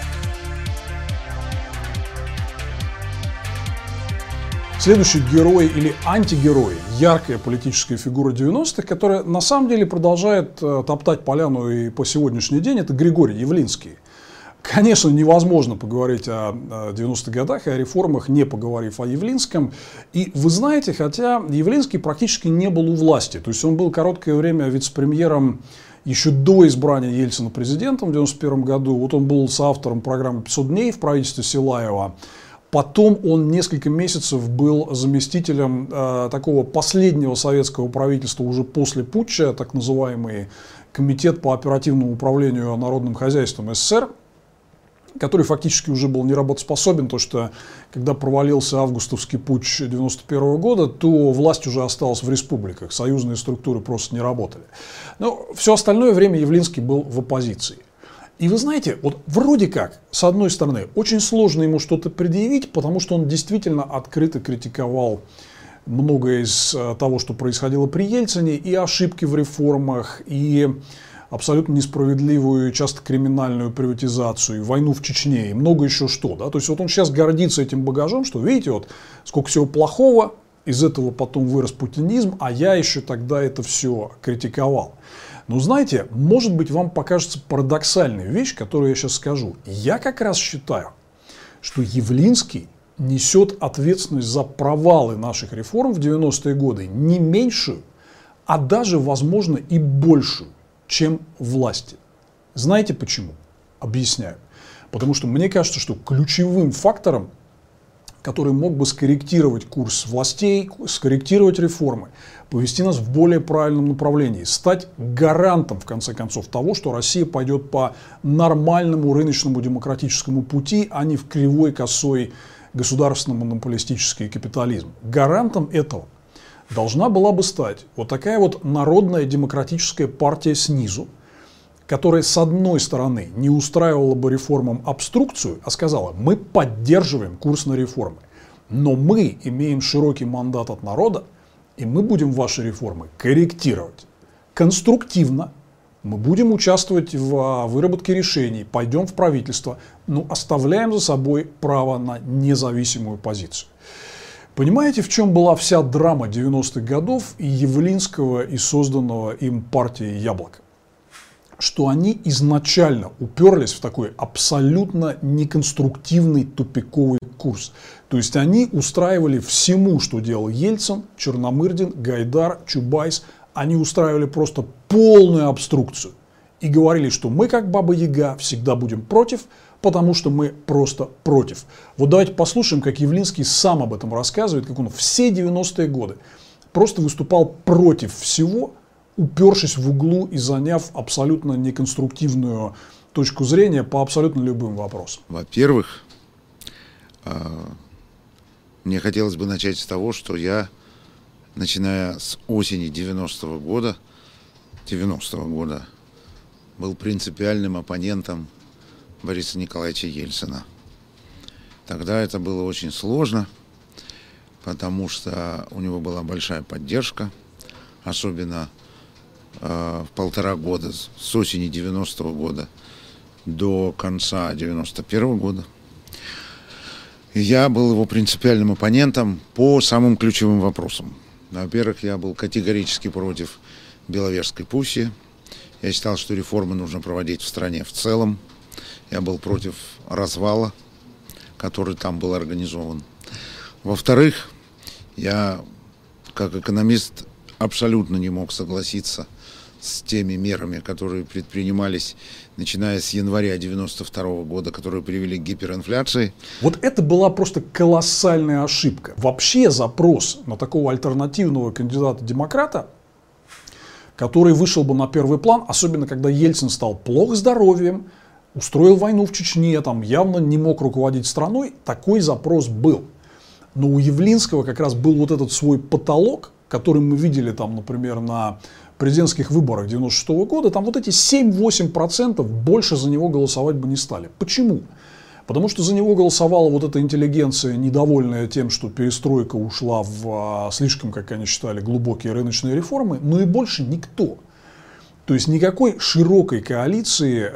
Следующий герой или антигерой, яркая политическая фигура девяностых, которая на самом деле продолжает топтать поляну и по сегодняшний день, это Григорий Явлинский. Конечно, невозможно поговорить о девяностых годах и о реформах, не поговорив о Явлинском. И вы знаете, хотя Явлинский практически не был у власти, то есть он был короткое время вице-премьером еще до избрания Ельцина президентом в девяносто первом году. Вот он был соавтором программы пятьсот дней в правительстве Силаева. Потом он несколько месяцев был заместителем э, такого последнего советского правительства уже после путча, так называемый Комитет по оперативному управлению народным хозяйством СССР, который фактически уже был неработоспособен, потому что когда провалился августовский путч девяносто первого года, то власть уже осталась в республиках, союзные структуры просто не работали. Но все остальное время Явлинский был в оппозиции. И вы знаете, вот вроде как, с одной стороны, очень сложно ему что-то предъявить, потому что он действительно открыто критиковал многое из того, что происходило при Ельцине, и ошибки в реформах, и абсолютно несправедливую, часто криминальную приватизацию, войну в Чечне и много еще что. Да? То есть вот он сейчас гордится этим багажом, что видите, вот сколько всего плохого, из этого потом вырос путинизм, а я еще тогда это все критиковал. Но знаете, может быть, вам покажется парадоксальная вещь, которую я сейчас скажу. Я как раз считаю, что Явлинский несет ответственность за провалы наших реформ в девяностые годы не меньшую, а даже, возможно, и большую, чем власти. Знаете почему? Объясняю. Потому что мне кажется, что ключевым фактором, который мог бы скорректировать курс властей, скорректировать реформы, повести нас в более правильном направлении, стать гарантом, в конце концов, того, что Россия пойдет по нормальному рыночному демократическому пути, а не в кривой, косой государственно-монополистический капитализм. Гарантом этого должна была бы стать вот такая вот народная демократическая партия снизу, которая, с одной стороны, не устраивала бы реформам обструкцию, а сказала: мы поддерживаем курс на реформы, но мы имеем широкий мандат от народа, и мы будем ваши реформы корректировать конструктивно, Мы будем участвовать в выработке решений, пойдем в правительство, но оставляем за собой право на независимую позицию. Понимаете, в чем была вся драма девяностых годов и Явлинского, и созданного им партии «Яблоко»? Что они изначально уперлись в такой абсолютно неконструктивный тупиковый курс. То есть они устраивали всему, что делал Ельцин, Черномырдин, Гайдар, Чубайс, они устраивали просто полную обструкцию. И говорили, что мы, как Баба-Яга, всегда будем против, потому что мы просто против. Вот давайте послушаем, как Явлинский сам об этом рассказывает, как он все девяностые годы просто выступал против всего, упершись в углу и заняв абсолютно неконструктивную точку зрения по абсолютно любым вопросам. Во-первых, мне хотелось бы начать с того, что я, начиная с осени девяностого года, девяностого года, был принципиальным оппонентом Бориса Николаевича Ельцина. Тогда это было очень сложно, потому что у него была большая поддержка, особенно э, в полтора года, с осени девяностого года до конца девяносто первого года. И я был его принципиальным оппонентом по самым ключевым вопросам. Во-первых, я был категорически против Беловежской пуссии. Я считал, что реформы нужно проводить в стране в целом. Я был против развала, который там был организован. Во-вторых, я, как экономист, абсолютно не мог согласиться с теми мерами, которые предпринимались, начиная с января девяносто второго года, которые привели к гиперинфляции. Вот это была просто колоссальная ошибка. Вообще запрос на такого альтернативного кандидата-демократа, который вышел бы на первый план, особенно когда Ельцин стал плох здоровьем, устроил войну в Чечне, там явно не мог руководить страной, такой запрос был. Но у Явлинского как раз был вот этот свой потолок, который мы видели там, например, на президентских выборах девяносто шестого года, там вот эти семь-восемь процентов больше за него голосовать бы не стали. Почему? Потому что за него голосовала вот эта интеллигенция, недовольная тем, что перестройка ушла в слишком, как они считали, глубокие рыночные реформы, но и больше никто. То есть никакой широкой коалиции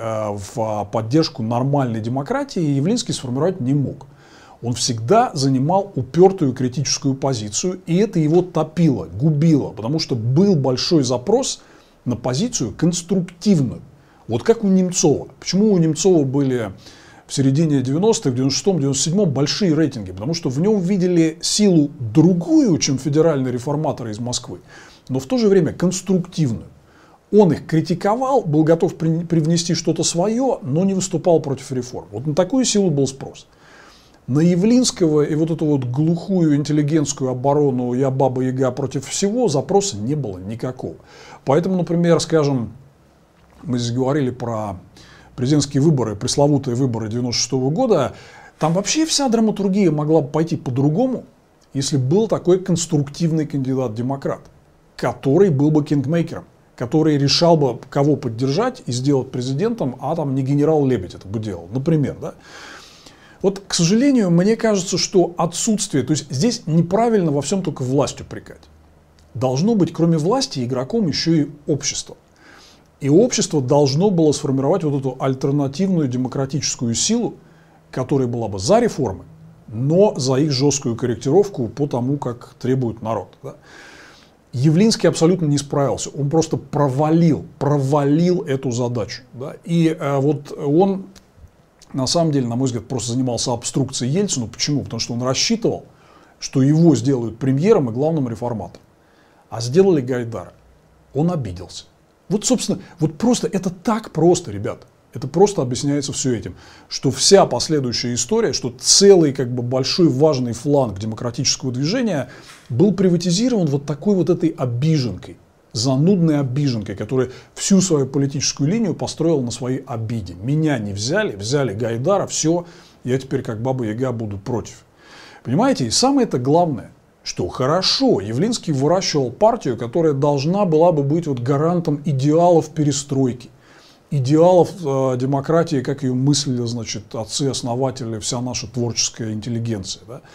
в поддержку нормальной демократии Явлинский сформировать не мог. Он всегда занимал упертую критическую позицию, и это его топило, губило, потому что был большой запрос на позицию конструктивную. Вот как у Немцова. Почему у Немцова были в середине девяностых, в девяносто шестом, девяносто седьмом большие рейтинги? Потому что в нем видели силу другую, чем федеральные реформаторы из Москвы, но в то же время конструктивную. Он их критиковал, был готов привнести что-то свое, но не выступал против реформ. Вот на такую силу был спрос. На Явлинского и вот эту вот глухую интеллигентскую оборону «я Баба-Яга против всего» запроса не было никакого. Поэтому, например, скажем, мы здесь говорили про президентские выборы, пресловутые выборы девяносто шестого года, там вообще вся драматургия могла бы пойти по-другому, если был такой конструктивный кандидат-демократ, который был бы кингмейкером, который решал бы, кого поддержать и сделать президентом, а там не генерал Лебедь это бы делал, например, да. Вот, к сожалению, мне кажется, что отсутствие, то есть здесь неправильно во всем только власть упрекать. Должно быть, кроме власти, игроком еще и общество. И общество должно было сформировать вот эту альтернативную демократическую силу, которая была бы за реформы, но за их жесткую корректировку по тому, как требует народ. Да? Явлинский абсолютно не справился, он просто провалил, провалил эту задачу. Да? И э, вот он... На самом деле, на мой взгляд, просто занимался обструкцией Ельцину. Почему? Потому что он рассчитывал, что его сделают премьером и главным реформатором. А сделали Гайдара. Он обиделся. Вот, собственно, вот просто это так просто, ребята. Это просто объясняется все этим. Что вся последующая история, что целый как бы большой важный фланг демократического движения был приватизирован вот такой вот этой обиженкой. Занудной обиженкой, которая всю свою политическую линию построила на своей обиде. Меня не взяли, взяли Гайдара, все, я теперь как Баба-Яга буду против. Понимаете, и самое это главное, что хорошо, Явлинский выращивал партию, которая должна была бы быть вот гарантом идеалов перестройки, идеалов э, демократии, как ее мыслили, значит, отцы-основатели, вся наша творческая интеллигенция. Да?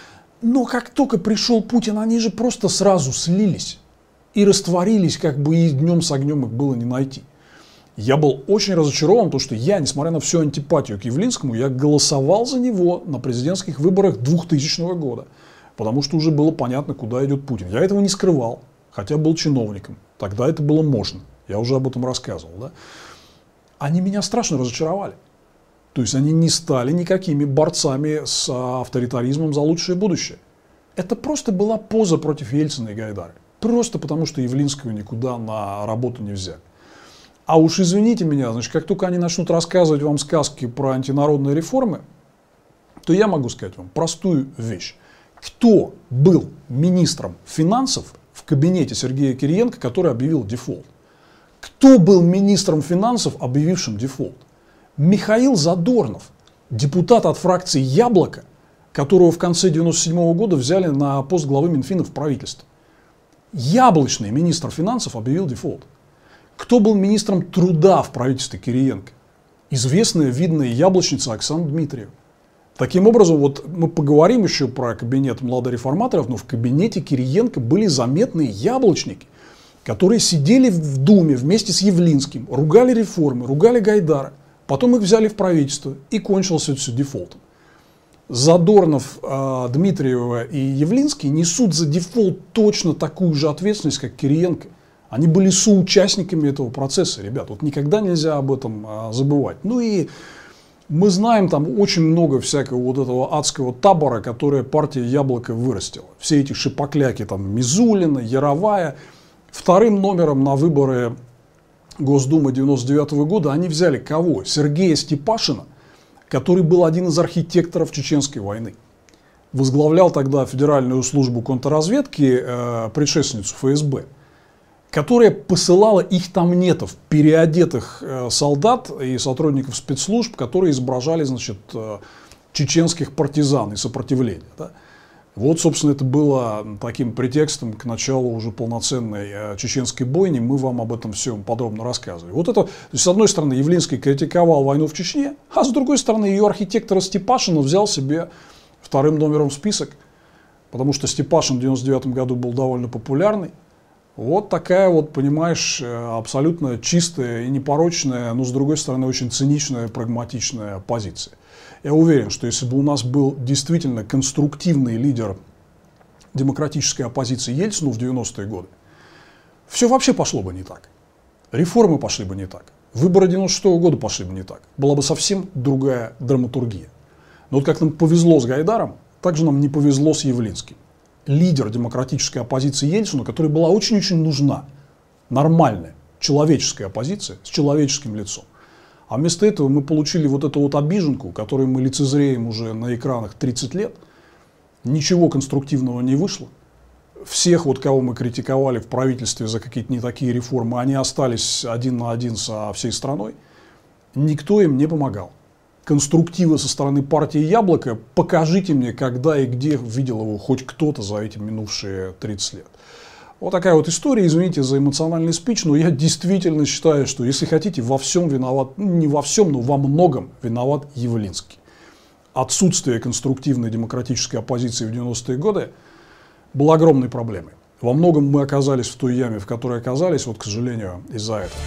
Но как только пришел Путин, они же просто сразу слились. И растворились, как бы и днем с огнем их было не найти. Я был очень разочарован, потому что я, несмотря на всю антипатию к Явлинскому, я голосовал за него на президентских выборах двухтысячного года. Потому что уже было понятно, куда идет Путин. Я этого не скрывал, хотя был чиновником. Тогда это было можно. Я уже об этом рассказывал. Да? Они меня страшно разочаровали. То есть они не стали никакими борцами с авторитаризмом за лучшее будущее. Это просто была поза против Ельцина и Гайдара. Просто потому, что Явлинского никуда на работу не взяли. А уж извините меня, значит, как только они начнут рассказывать вам сказки про антинародные реформы, то я могу сказать вам простую вещь. Кто был министром финансов в кабинете Сергея Кириенко, который объявил дефолт? Кто был министром финансов, объявившим дефолт? Михаил Задорнов, депутат от фракции «Яблоко», которого в конце девяносто седьмого года взяли на пост главы Минфина в правительство. Яблочный министр финансов объявил дефолт. Кто был министром труда в правительстве Кириенко? Известная, видная яблочница Оксана Дмитриева. Таким образом, вот мы поговорим еще про кабинет младореформаторов, но в кабинете Кириенко были заметные яблочники, которые сидели в Думе вместе с Явлинским, ругали реформы, ругали Гайдара. Потом их взяли в правительство, и кончилось это все дефолтом. Задорнов, э, Дмитриева и Явлинский несут за дефолт точно такую же ответственность, как Кириенко. Они были соучастниками этого процесса, ребят. Вот никогда нельзя об этом э, забывать. Ну и мы знаем там очень много всякого вот этого адского табора, которое партия «Яблоко» вырастила. Все эти шипокляки, там Мизулина, Яровая. Вторым номером на выборы Госдумы девяносто девятого года они взяли кого? Сергея Степашина, который был один из архитекторов Чеченской войны. Возглавлял тогда Федеральную службу контрразведки, э, предшественницу эф эс бэ, которая посылала их тамнетов, переодетых э, солдат и сотрудников спецслужб, которые изображали, значит, э, чеченских партизан и сопротивления. Да? Вот, собственно, это было таким претекстом к началу уже полноценной э, чеченской бойни. Мы вам об этом всем подробно рассказывали. Вот это, то есть, с одной стороны, Явлинский критиковал войну в Чечне, а с другой стороны, ее архитектора Степашина взял себе вторым номером в список, потому что Степашин в девяносто девятом году был довольно популярный. Вот такая вот, понимаешь, абсолютно чистая и непорочная, но с другой стороны, очень циничная, прагматичная позиция. Я уверен, что если бы у нас был действительно конструктивный лидер демократической оппозиции Ельцину в девяностые годы, все вообще пошло бы не так. Реформы пошли бы не так. Выборы девяносто шестого года пошли бы не так. Была бы совсем другая драматургия. Но вот как нам повезло с Гайдаром, так же нам не повезло с Явлинским. Лидер демократической оппозиции Ельцину, которая была очень-очень нужна. Нормальная, человеческая оппозиция с человеческим лицом. А вместо этого мы получили вот эту вот обиженку, которой мы лицезреем уже на экранах тридцать лет. Ничего конструктивного не вышло. Всех, вот, кого мы критиковали в правительстве за какие-то не такие реформы, они остались один на один со всей страной. Никто им не помогал. Конструктивы со стороны партии «Яблоко» покажите мне, когда и где видел его хоть кто-то за эти минувшие тридцать лет. Вот такая вот история, извините за эмоциональный спич, но я действительно считаю, что если хотите, во всем виноват, ну, не во всем, но во многом виноват Явлинский. Отсутствие конструктивной демократической оппозиции в девяностые годы было огромной проблемой. Во многом мы оказались в той яме, в которой оказались, вот, к сожалению, из-за этого.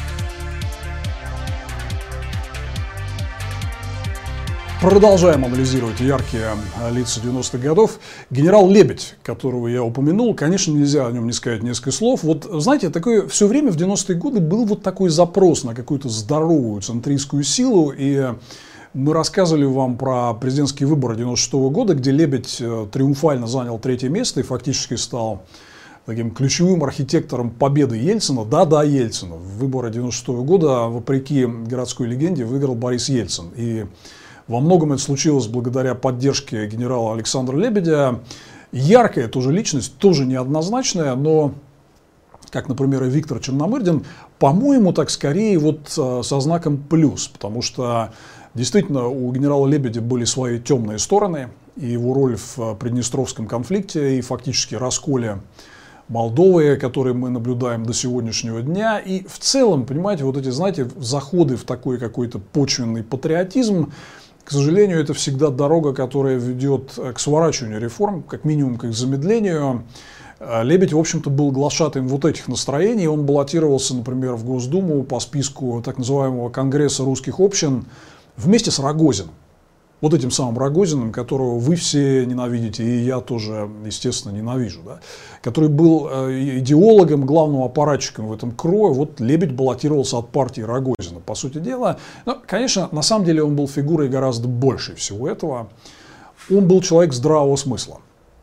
Продолжаем анализировать яркие лица девяностых годов. Генерал Лебедь, которого я упомянул, конечно, нельзя о нем не сказать несколько слов. Вот, знаете, такое, все время в девяностые годы был вот такой запрос на какую-то здоровую центристскую силу. И мы рассказывали вам про президентские выборы девяносто шестого года, где Лебедь триумфально занял третье место и фактически стал таким ключевым архитектором победы Ельцина. Да-да, Ельцина. В выборы девяносто шестого года, вопреки городской легенде, выиграл Борис Ельцин. И во многом это случилось благодаря поддержке генерала Александра Лебедя. Яркая тоже личность, тоже неоднозначная, но, как, например, и Виктор Черномырдин, по-моему, так скорее вот со знаком плюс, потому что действительно у генерала Лебедя были свои темные стороны, и его роль в Приднестровском конфликте, и фактически расколе Молдовы, которые мы наблюдаем до сегодняшнего дня. И в целом, понимаете, вот эти, знаете, заходы в такой какой-то почвенный патриотизм, к сожалению, это всегда дорога, которая ведет к сворачиванию реформ, как минимум к их замедлению. Лебедь, в общем-то, был глашатаем вот этих настроений. Он баллотировался, например, в Госдуму по списку так называемого Конгресса русских общин вместе с Рогозиным. Вот этим самым Рогозиным, которого вы все ненавидите, и я тоже, естественно, ненавижу. Да? Который был идеологом, главным аппаратчиком в этом крое. Вот Лебедь баллотировался от партии Рогозина, по сути дела. Но, конечно, на самом деле он был фигурой гораздо большей всего этого. Он был человек здравого смысла.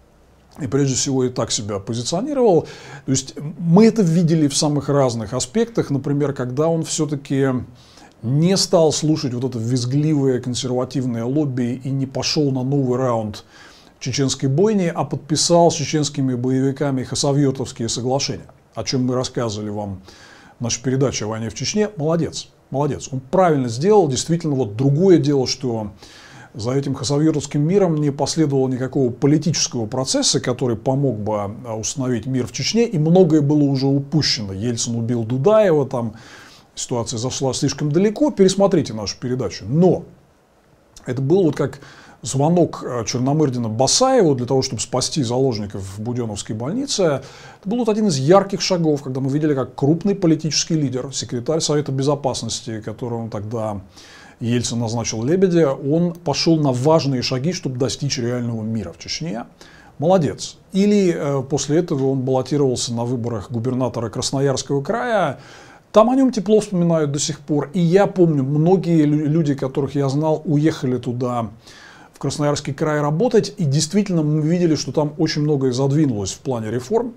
И прежде всего и так себя позиционировал. То есть мы это видели в самых разных аспектах. Например, когда он все-таки не стал слушать вот это визгливое консервативное лобби и не пошел на новый раунд чеченской бойни, а подписал с чеченскими боевиками Хасавюртовские соглашения, о чем мы рассказывали вам в нашей передаче о войне в Чечне. Молодец, молодец. Он правильно сделал. Действительно, вот другое дело, что за этим Хасавюртовским миром не последовало никакого политического процесса, который помог бы установить мир в Чечне, и многое было уже упущено. Ельцин убил Дудаева, там ситуация зашла слишком далеко, пересмотрите нашу передачу. Но это был вот как звонок Черномырдина Басаеву для того, чтобы спасти заложников в Буденновской больнице. Это был вот один из ярких шагов, когда мы видели, как крупный политический лидер, секретарь Совета Безопасности, которого тогда Ельцин назначил Лебедя, он пошел на важные шаги, чтобы достичь реального мира в Чечне. Молодец. Или э, после этого он баллотировался на выборах губернатора Красноярского края. Там о нем тепло вспоминают до сих пор. И я помню, многие люди, которых я знал, уехали туда, в Красноярский край, работать. И действительно мы видели, что там очень многое задвинулось в плане реформ,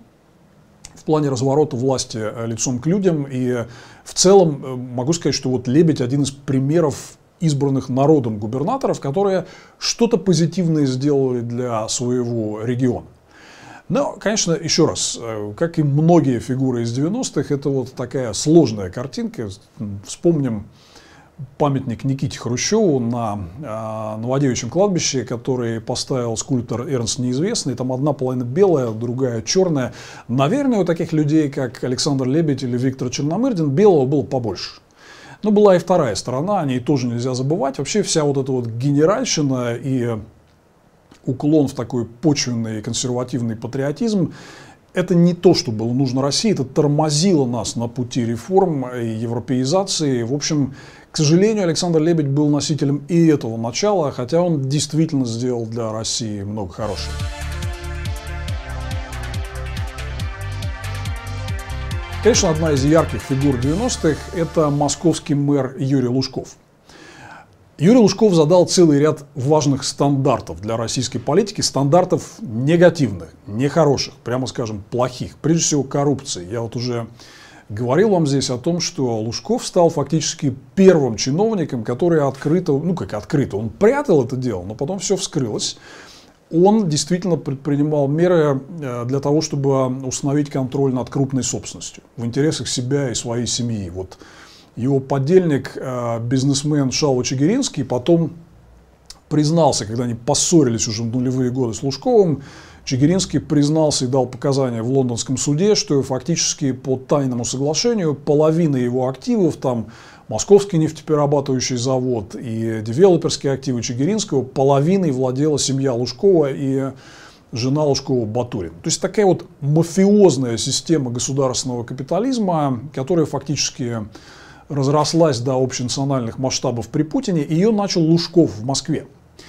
в плане разворота власти лицом к людям. И в целом могу сказать, что вот Лебедь один из примеров избранных народом губернаторов, которые что-то позитивное сделали для своего региона. Но, конечно, еще раз, как и многие фигуры из девяностых, это вот такая сложная картинка. Вспомним памятник Никите Хрущеву на э, Новодевичьем кладбище, который поставил скульптор Эрнст Неизвестный. Там одна половина белая, другая черная. Наверное, у таких людей, как Александр Лебедь или Виктор Черномырдин, белого было побольше. Но была и вторая сторона, о ней тоже нельзя забывать. Вообще вся вот эта вот генеральщина и уклон в такой почвенный консервативный патриотизм, это не то, что было нужно России, это тормозило нас на пути реформ и европеизации. В общем, к сожалению, Александр Лебедь был носителем и этого начала, хотя он действительно сделал для России много хорошего. Конечно, одна из ярких фигур девяностых – это московский мэр Юрий Лужков. Юрий Лужков задал целый ряд важных стандартов для российской политики, стандартов негативных, нехороших, прямо скажем, плохих. Прежде всего, коррупции. Я вот уже говорил вам здесь о том, что Лужков стал фактически первым чиновником, который открыто, ну как открыто, он прятал это дело, но потом все вскрылось. Он действительно предпринимал меры для того, чтобы установить контроль над крупной собственностью в интересах себя и своей семьи. Вот его подельник, бизнесмен Шао Чигиринский, потом признался, когда они поссорились уже в нулевые годы с Лужковым, Чигиринский признался и дал показания в лондонском суде, что фактически по тайному соглашению половина его активов, там Московский нефтеперерабатывающий завод и девелоперские активы Чигиринского, половиной владела семья Лужкова и жена Лужкова Батурин. То есть такая вот мафиозная система государственного капитализма, которая фактически разрослась до общенациональных масштабов при Путине, и ее начал Лужков в Москве.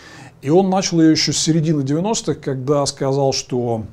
И он начал ее еще с середины девяностых, когда сказал, что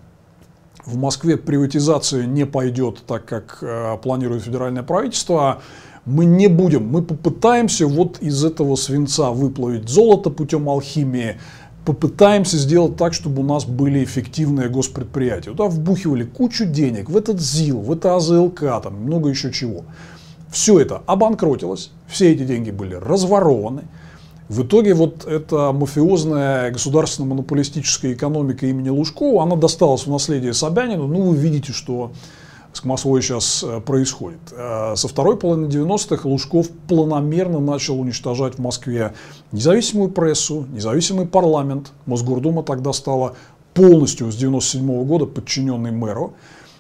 в Москве приватизация не пойдет так, как э, планирует федеральное правительство. Мы не будем, мы попытаемся вот из этого свинца выплавить золото путем алхимии, попытаемся сделать так, чтобы у нас были эффективные госпредприятия. Туда вбухивали кучу денег в этот ЗИЛ, в это АЗЛК, там много еще чего. Все это обанкротилось, все эти деньги были разворованы. В итоге вот эта мафиозная государственно-монополистическая экономика имени Лужкова, она досталась в наследие Собянину. Ну, вы видите, что с Москвой сейчас происходит. Со второй половины девяностых Лужков планомерно начал уничтожать в Москве независимую прессу, независимый парламент. Мосгордума тогда стала полностью с девяносто седьмого года подчиненной мэру.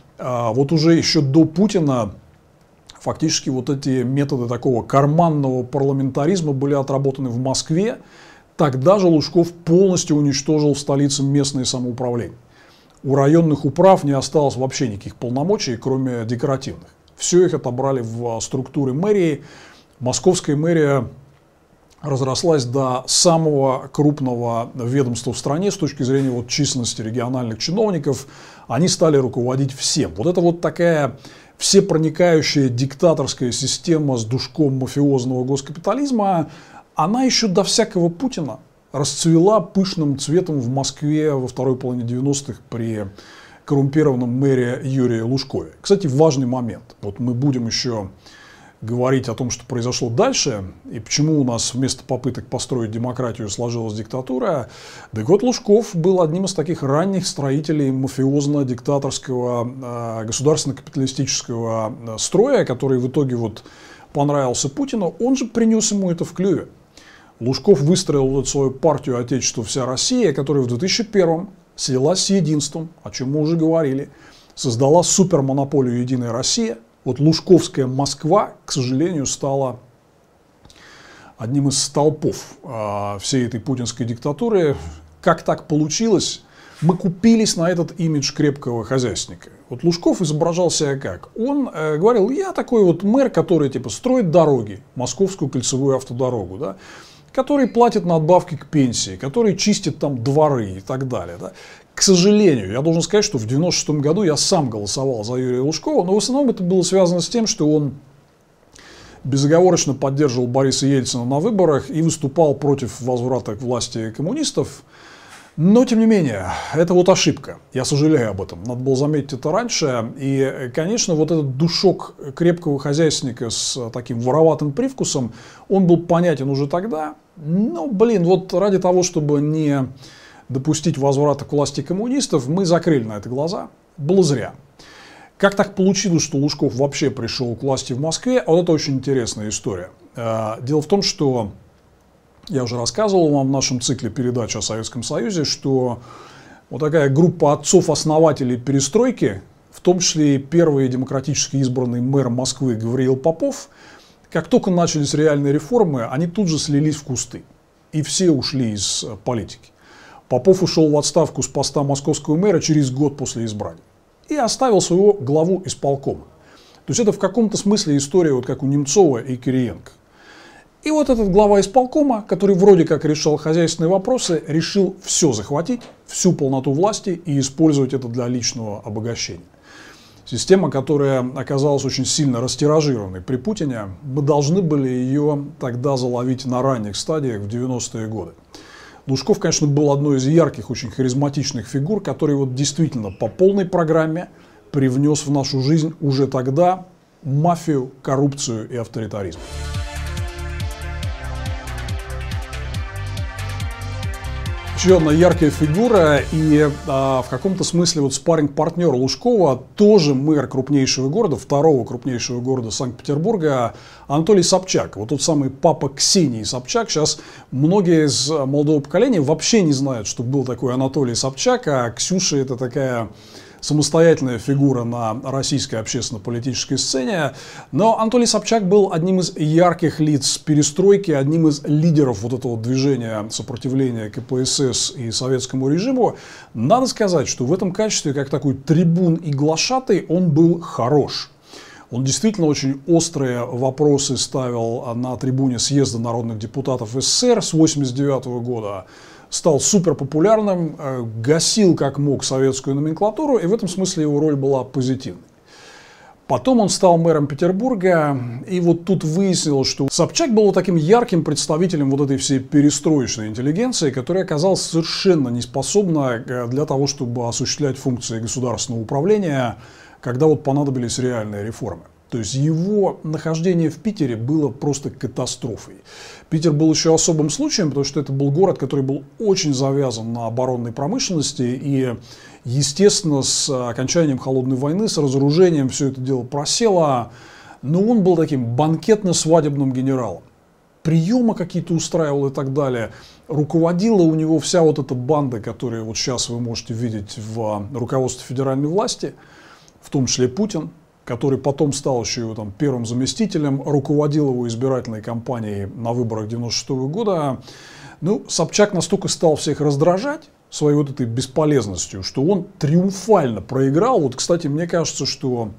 Вот уже еще до Путина фактически вот эти методы такого карманного парламентаризма были отработаны в Москве. Тогда же Лужков полностью уничтожил в столице местное самоуправление. у районных управ не осталось вообще никаких полномочий, кроме декоративных. Все их отобрали в структуре мэрии. Московская мэрия разрослась до самого крупного ведомства в стране с точки зрения вот численности региональных чиновников. Они стали руководить всем. Вот это вот такая всепроникающая диктаторская система с душком мафиозного госкапитализма, она еще до всякого Путина расцвела пышным цветом в Москве во второй половине девяностых при коррумпированном мэре Юрии Лужкове. Кстати, важный момент. Вот мы будем еще говорить о том, что произошло дальше, и почему у нас вместо попыток построить демократию сложилась диктатура. Так вот, Лужков был одним из таких ранних строителей мафиозно-диктаторского, э, государственно-капиталистического строя, который в итоге вот понравился Путину. Он же принес ему это в клюве. Лужков выстроил вот свою партию «Отечество вся Россия», которая в две тысячи первом слилась с Единством, о чем мы уже говорили, создала супермонополию «Единая Россия». Вот Лужковская Москва, к сожалению, стала одним из столпов э, всей этой путинской диктатуры. Как так получилось? Мы купились на этот имидж крепкого хозяйственника. Вот Лужков изображал себя как? Он э, говорил, я такой вот мэр, который типа строит дороги, Московскую кольцевую автодорогу, да, который платит надбавки к пенсии, который чистит там дворы и так далее. Да. К сожалению, я должен сказать, что в девяносто шестом году я сам голосовал за Юрия Лужкова, но в основном это было связано с тем, что он безоговорочно поддерживал Бориса Ельцина на выборах и выступал против возврата к власти коммунистов. Но, тем не менее, это вот ошибка. Я сожалею об этом. Надо было заметить это раньше. И, конечно, вот этот душок крепкого хозяйственника с таким вороватым привкусом, он был понятен уже тогда. Но, блин, вот ради того, чтобы не допустить возврата к власти коммунистов, мы закрыли на это глаза. Было зря. Как так получилось, что Лужков вообще пришел к власти в Москве? Вот это очень интересная история. Дело в том, что я уже рассказывал вам в нашем цикле передач о Советском Союзе, что вот такая группа отцов-основателей перестройки, в том числе и первый демократически избранный мэр Москвы Гавриил Попов, как только начались реальные реформы, они тут же слились в кусты. И все ушли из политики. Попов ушел в отставку с поста московского мэра через год после избрания. И оставил своего главу исполкома. То есть это в каком-то смысле история, вот как у Немцова и Кириенко. И вот этот глава исполкома, который вроде как решал хозяйственные вопросы, решил все захватить, всю полноту власти и использовать это для личного обогащения. Система, которая оказалась очень сильно растиражированной при Путине, мы должны были ее тогда заловить на ранних стадиях в девяностые годы. Лужков, конечно, был одной из ярких, очень харизматичных фигур, который вот действительно по полной программе привнес в нашу жизнь уже тогда мафию, коррупцию и авторитаризм. Еще одна яркая фигура и а, в каком-то смысле вот спарринг-партнер Лужкова, тоже мэр крупнейшего города, второго крупнейшего города Санкт-Петербурга, Анатолий Собчак. Вот тот самый папа Ксении Собчак. Сейчас многие из молодого поколения вообще не знают, что был такой Анатолий Собчак, а Ксюша это такая самостоятельная фигура на российской общественно-политической сцене. Но Анатолий Собчак был одним из ярких лиц перестройки, одним из лидеров вот этого движения сопротивления ка пэ эс эс и советскому режиму. Надо сказать, что в этом качестве, как такой трибун и глашатый, он был хорош. Он действительно очень острые вопросы ставил на трибуне съезда народных депутатов эс эс эс эр с восемьдесят девятого года. Стал супер популярным, гасил как мог советскую номенклатуру, и в этом смысле его роль была позитивной. Потом он стал мэром Петербурга, и вот тут выяснилось, что Собчак был таким ярким представителем вот этой всей перестроечной интеллигенции, которая оказалась совершенно неспособна для того, чтобы осуществлять функции государственного управления, когда вот понадобились реальные реформы. То есть его нахождение в Питере было просто катастрофой. Питер был еще особым случаем, потому что это был город, который был очень завязан на оборонной промышленности. И, естественно, с окончанием холодной войны, с разоружением все это дело просело. Но он был таким банкетно-свадебным генералом. Приемы какие-то устраивал и так далее. Руководила у него вся вот эта банда, которую вот сейчас вы можете видеть в руководстве федеральной власти, в том числе Путин, который потом стал еще его там первым заместителем, руководил его избирательной кампанией на выборах девяносто шестого года. Ну, Собчак настолько стал всех раздражать, своей вот этой бесполезностью, что он триумфально проиграл. Вот, кстати, мне кажется, что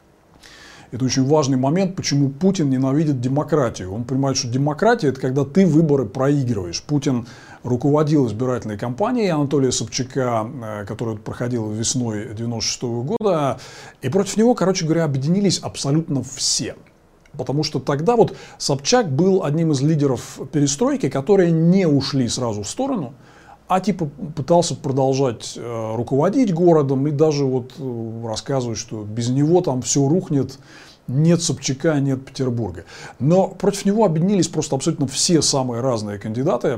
это очень важный момент, почему Путин ненавидит демократию. Он понимает, что демократия – это когда ты выборы проигрываешь. Путин руководил избирательной кампанией Анатолия Собчака, которая проходила весной девяносто шестого года, и против него, короче говоря, объединились абсолютно все. Потому что тогда вот Собчак был одним из лидеров перестройки, которые не ушли сразу в сторону, а типа пытался продолжать э, руководить городом и даже вот э, рассказывать, что без него там все рухнет, нет Собчака, нет Петербурга. Но против него объединились просто абсолютно все самые разные кандидаты,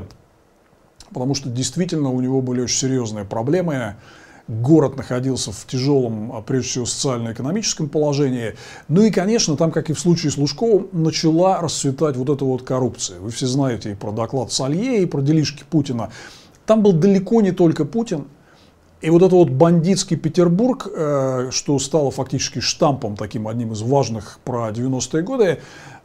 потому что действительно у него были очень серьезные проблемы. Город находился в тяжелом, прежде всего, социально-экономическом положении. Ну и, конечно, там, как и в случае с Лужковым, начала расцветать вот эта вот коррупция. Вы все знаете и про доклад Салье, и про делишки Путина. Там был далеко не только Путин. И вот это вот бандитский Петербург, э, что стало фактически штампом таким одним из важных про девяностые годы,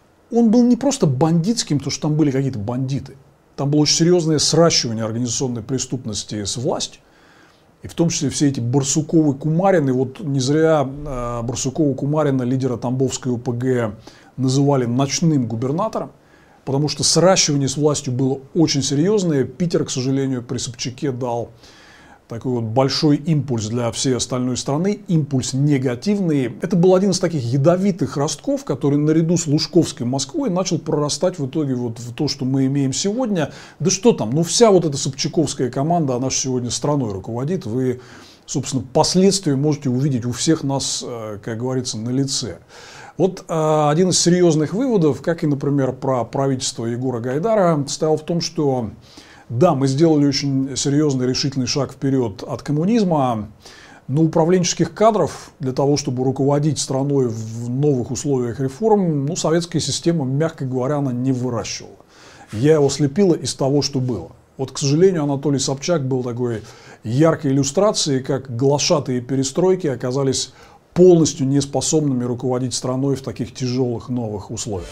он был не просто бандитским, потому что там были какие-то бандиты. Там было очень серьезное сращивание организационной преступности с властью. И в том числе все эти Барсуковы, Кумарины, вот не зря э, Барсукова, Кумарина, лидера Тамбовской ОПГ, называли ночным губернатором, потому что сращивание с властью было очень серьезное. Питер, к сожалению, при Собчаке дал такой вот большой импульс для всей остальной страны, импульс негативный. Это был один из таких ядовитых ростков, который наряду с Лужковской Москвой начал прорастать в итоге вот в то, что мы имеем сегодня. Да что там, ну вся вот эта собчаковская команда, она же сегодня страной руководит. Вы, собственно, последствия можете увидеть у всех нас, как говорится, на лице. Вот э, один из серьезных выводов, как и, например, про правительство Егора Гайдара, стоял в том, что да, мы сделали очень серьезный решительный шаг вперед от коммунизма, но управленческих кадров для того, чтобы руководить страной в новых условиях реформ, ну, советская система, мягко говоря, она не выращивала. Я его слепила из того, что было. Вот, к сожалению, Анатолий Собчак был такой яркой иллюстрацией, как глашатые перестройки оказались полностью неспособными руководить страной в таких тяжелых новых условиях.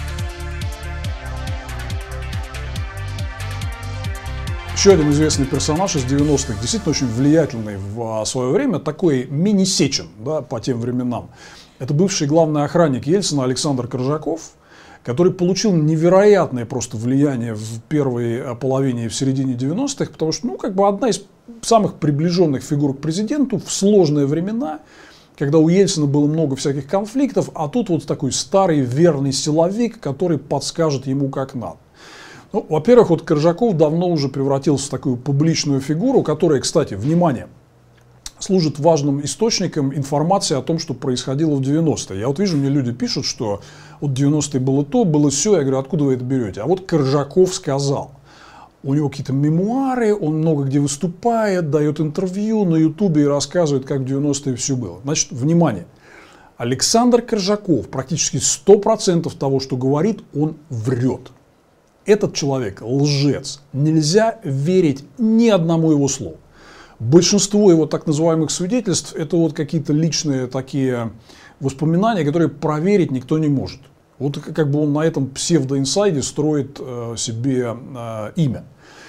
Еще один известный персонаж из девяностых, действительно очень влиятельный в свое время, такой мини-Сечин, да, по тем временам. Это бывший главный охранник Ельцина Александр Коржаков, который получил невероятное просто влияние в первой половине и в середине девяностых, потому что, ну, как бы одна из самых приближенных фигур к президенту в сложные времена, когда у Ельцина было много всяких конфликтов, а тут вот такой старый верный силовик, который подскажет ему как надо. Ну, во-первых, вот Коржаков давно уже превратился в такую публичную фигуру, которая, кстати, внимание, служит важным источником информации о том, что происходило в девяностые. Я вот вижу, мне люди пишут, что вот в девяностые было то, было все. Я говорю, откуда вы это берете? А вот Коржаков сказал. У него какие-то мемуары, он много где выступает, дает интервью на Ютубе и рассказывает, как в девяностые все было. Значит, внимание. Александр Коржаков практически сто процентов того, что говорит, он врет. Этот человек лжец. Нельзя верить ни одному его слову. Большинство его так называемых свидетельств – это вот какие-то личные такие воспоминания, которые проверить никто не может. Вот как бы он на этом псевдоинсайде строит э, себе э, имя.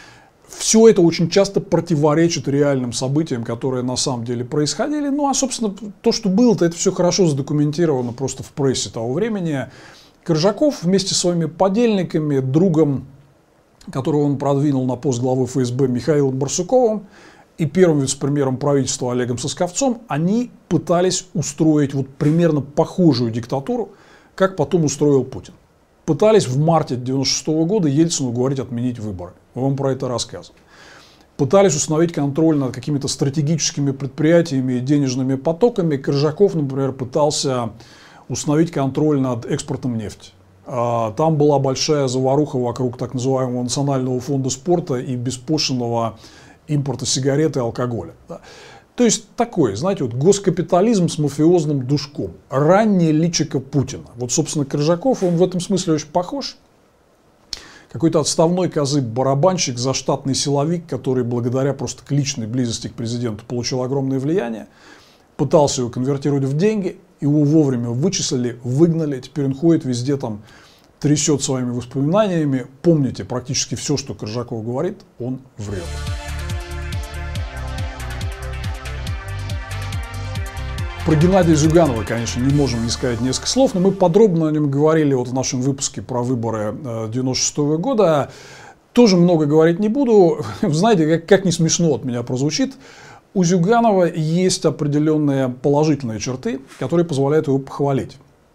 Все это очень часто противоречит реальным событиям, которые на самом деле происходили. Ну а, собственно, то, что было-то, это все хорошо задокументировано просто в прессе того времени. Коржаков вместе со своими подельниками, другом, которого он продвинул на пост главы эф эс бэ Михаилом Барсуковым и первым вице-премьером правительства Олегом Сосковцом, они пытались устроить вот примерно похожую диктатуру, как потом устроил Путин. Пытались в марте девяносто шестого года Ельцину говорить отменить выборы. Мы вам про это рассказывали. Пытались установить контроль над какими-то стратегическими предприятиями и денежными потоками. Коржаков, например, пытался установить контроль над экспортом нефти. Там была большая заваруха вокруг так называемого Национального фонда спорта и беспошлинного импорта сигарет и алкоголя. То есть такой, знаете, вот госкапитализм с мафиозным душком. Раннее личико Путина. Вот, собственно, Коржаков, он в этом смысле очень похож. Какой-то отставной козы-барабанщик, заштатный силовик, который благодаря просто к личной близости к президенту получил огромное влияние, пытался его конвертировать в деньги, его вовремя вычислили, выгнали, теперь он ходит везде там, трясет своими воспоминаниями. Помните, практически все, что Коржаков говорит, он врет. Про Геннадия Зюганова, конечно, не можем не сказать несколько слов, но мы подробно о нем говорили вот в нашем выпуске про выборы девяносто шестого года. Тоже много говорить не буду. Знаете, как, как не смешно от меня прозвучит, у Зюганова есть определенные положительные черты, которые позволяют его похвалить.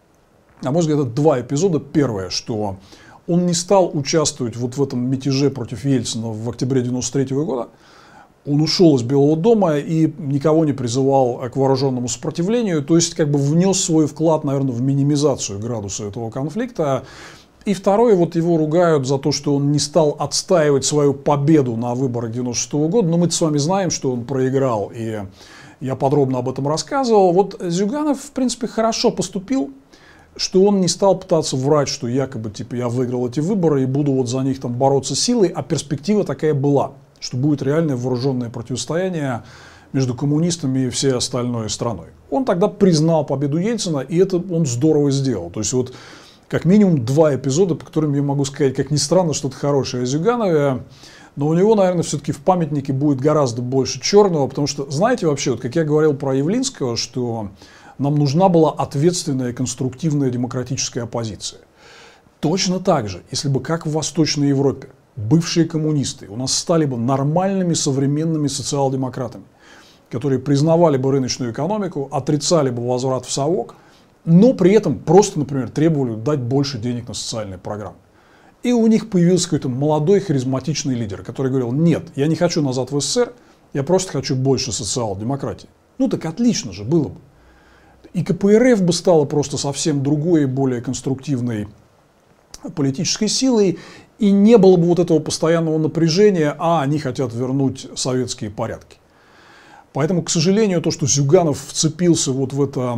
На мой взгляд, это два эпизода. Первое, что он не стал участвовать вот в этом мятеже против Ельцина в октябре девяносто третьего года. Он ушел из Белого дома и никого не призывал к вооруженному сопротивлению. То есть, как бы внес свой вклад, наверное, в минимизацию градуса этого конфликта. И второе, вот его ругают за то, что он не стал отстаивать свою победу на выборах девяносто шестого года. Но мы с вами знаем, что он проиграл, и я подробно об этом рассказывал. Вот Зюганов, в принципе, хорошо поступил, что он не стал пытаться врать, что якобы типа я выиграл эти выборы и буду вот за них там бороться силой, а перспектива такая была, что будет реальное вооруженное противостояние между коммунистами и всей остальной страной. Он тогда признал победу Ельцина, и это он здорово сделал. То есть вот как минимум два эпизода, по которым я могу сказать, как ни странно, что-то хорошее о Зюганове, но у него, наверное, все-таки в памятнике будет гораздо больше черного, потому что, знаете, вообще, вот как я говорил про Явлинского, что нам нужна была ответственная, конструктивная демократическая оппозиция. Точно так же, если бы, как в Восточной Европе, бывшие коммунисты у нас стали бы нормальными современными социал-демократами, которые признавали бы рыночную экономику, отрицали бы возврат в совок, но при этом просто, например, требовали дать больше денег на социальные программы. И у них появился какой-то молодой харизматичный лидер, который говорил: нет, я не хочу назад в СССР, я просто хочу больше социал-демократии. Ну так отлично же было бы. И ка пэ эр эф бы стала просто совсем другой и более конструктивной политической силой, и не было бы вот этого постоянного напряжения, а они хотят вернуть советские порядки. Поэтому, к сожалению, то, что Зюганов вцепился вот в это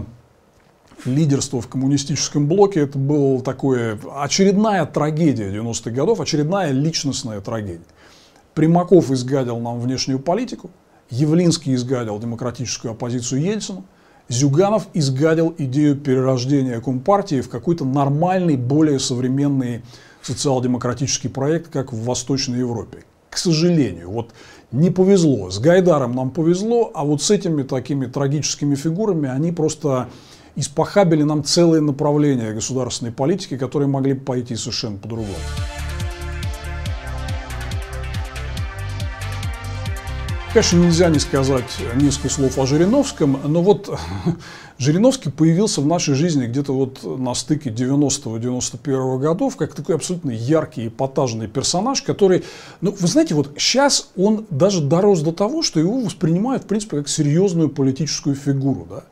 лидерство в коммунистическом блоке, это была такая очередная трагедия девяностых годов, очередная личностная трагедия. Примаков изгадил нам внешнюю политику, Явлинский изгадил демократическую оппозицию Ельцину, Зюганов изгадил идею перерождения Компартии в какой-то нормальный, более современный социал-демократический проект, как в Восточной Европе. К сожалению, вот не повезло. С Гайдаром нам повезло, а вот с этими такими трагическими фигурами они просто испохабили нам целые направления государственной политики, которые могли бы пойти совершенно по-другому. Конечно, нельзя не сказать несколько слов о Жириновском, но вот Жириновский появился в нашей жизни где-то вот на стыке девяностого — девяносто первого годов, как такой абсолютно яркий, эпатажный персонаж, который, ну, вы знаете, вот сейчас он даже дорос до того, что его воспринимают, в принципе, как серьезную политическую фигуру, да.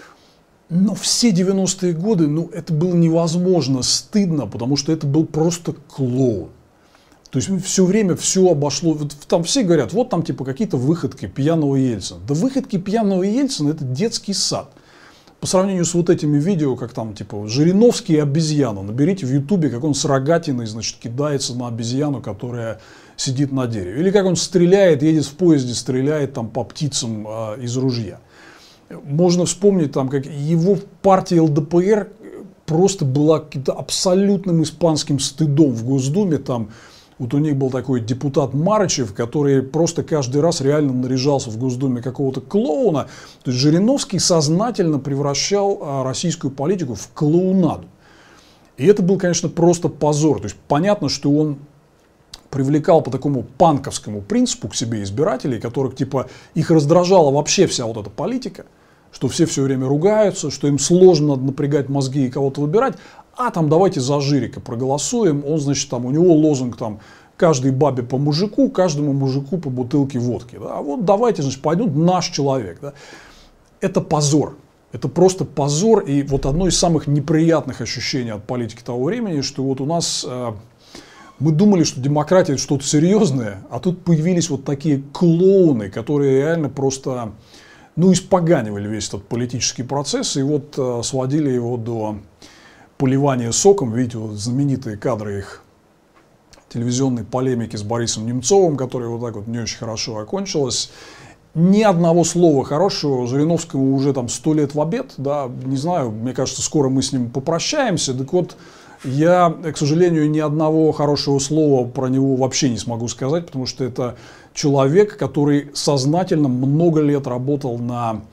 Но все девяностые годы, ну, это было невозможно стыдно, потому что это был просто клоун. То есть все время все обошло, там все говорят, вот там типа какие-то выходки пьяного Ельцина. Да выходки пьяного Ельцина — это детский сад. По сравнению с вот этими видео, как там типа Жириновский и обезьяна. Наберите в ютубе, как он с рогатиной, значит, кидается на обезьяну, которая сидит на дереве. Или как он стреляет, едет в поезде, стреляет там по птицам э, из ружья. Можно вспомнить, там, как его партия эл дэ пэ эр просто была каким-то абсолютным испанским стыдом в Госдуме. Там, вот у них был такой депутат Марычев, который просто каждый раз реально наряжался в Госдуме какого-то клоуна. То есть Жириновский сознательно превращал российскую политику в клоунаду. И это был, конечно, просто позор. То есть понятно, что он привлекал по такому панковскому принципу к себе избирателей, которых типа их раздражала вообще вся вот эта политика, что все все время ругаются, что им сложно напрягать мозги и кого-то выбирать, а там давайте за Жирика проголосуем, он, значит, там у него лозунг там каждой бабе по мужику, каждому мужику по бутылке водки, да? А вот давайте, значит, пойдет наш человек, да? Это позор. Это просто позор, и вот одно из самых неприятных ощущений от политики того времени, что вот у нас э, мы думали, что демократия это что-то серьезное, а тут появились вот такие клоуны, которые реально просто, ну, испоганивали весь этот политический процесс, и вот э, сводили его до поливания соком. Видите, вот знаменитые кадры их телевизионной полемики с Борисом Немцовым, которая вот так вот не очень хорошо окончилась. Ни одного слова хорошего Жириновскому уже там сто лет в обед, да, не знаю, мне кажется, скоро мы с ним попрощаемся. Так вот, я, к сожалению, ни одного хорошего слова про него вообще не смогу сказать, потому что это человек, который сознательно много лет работал на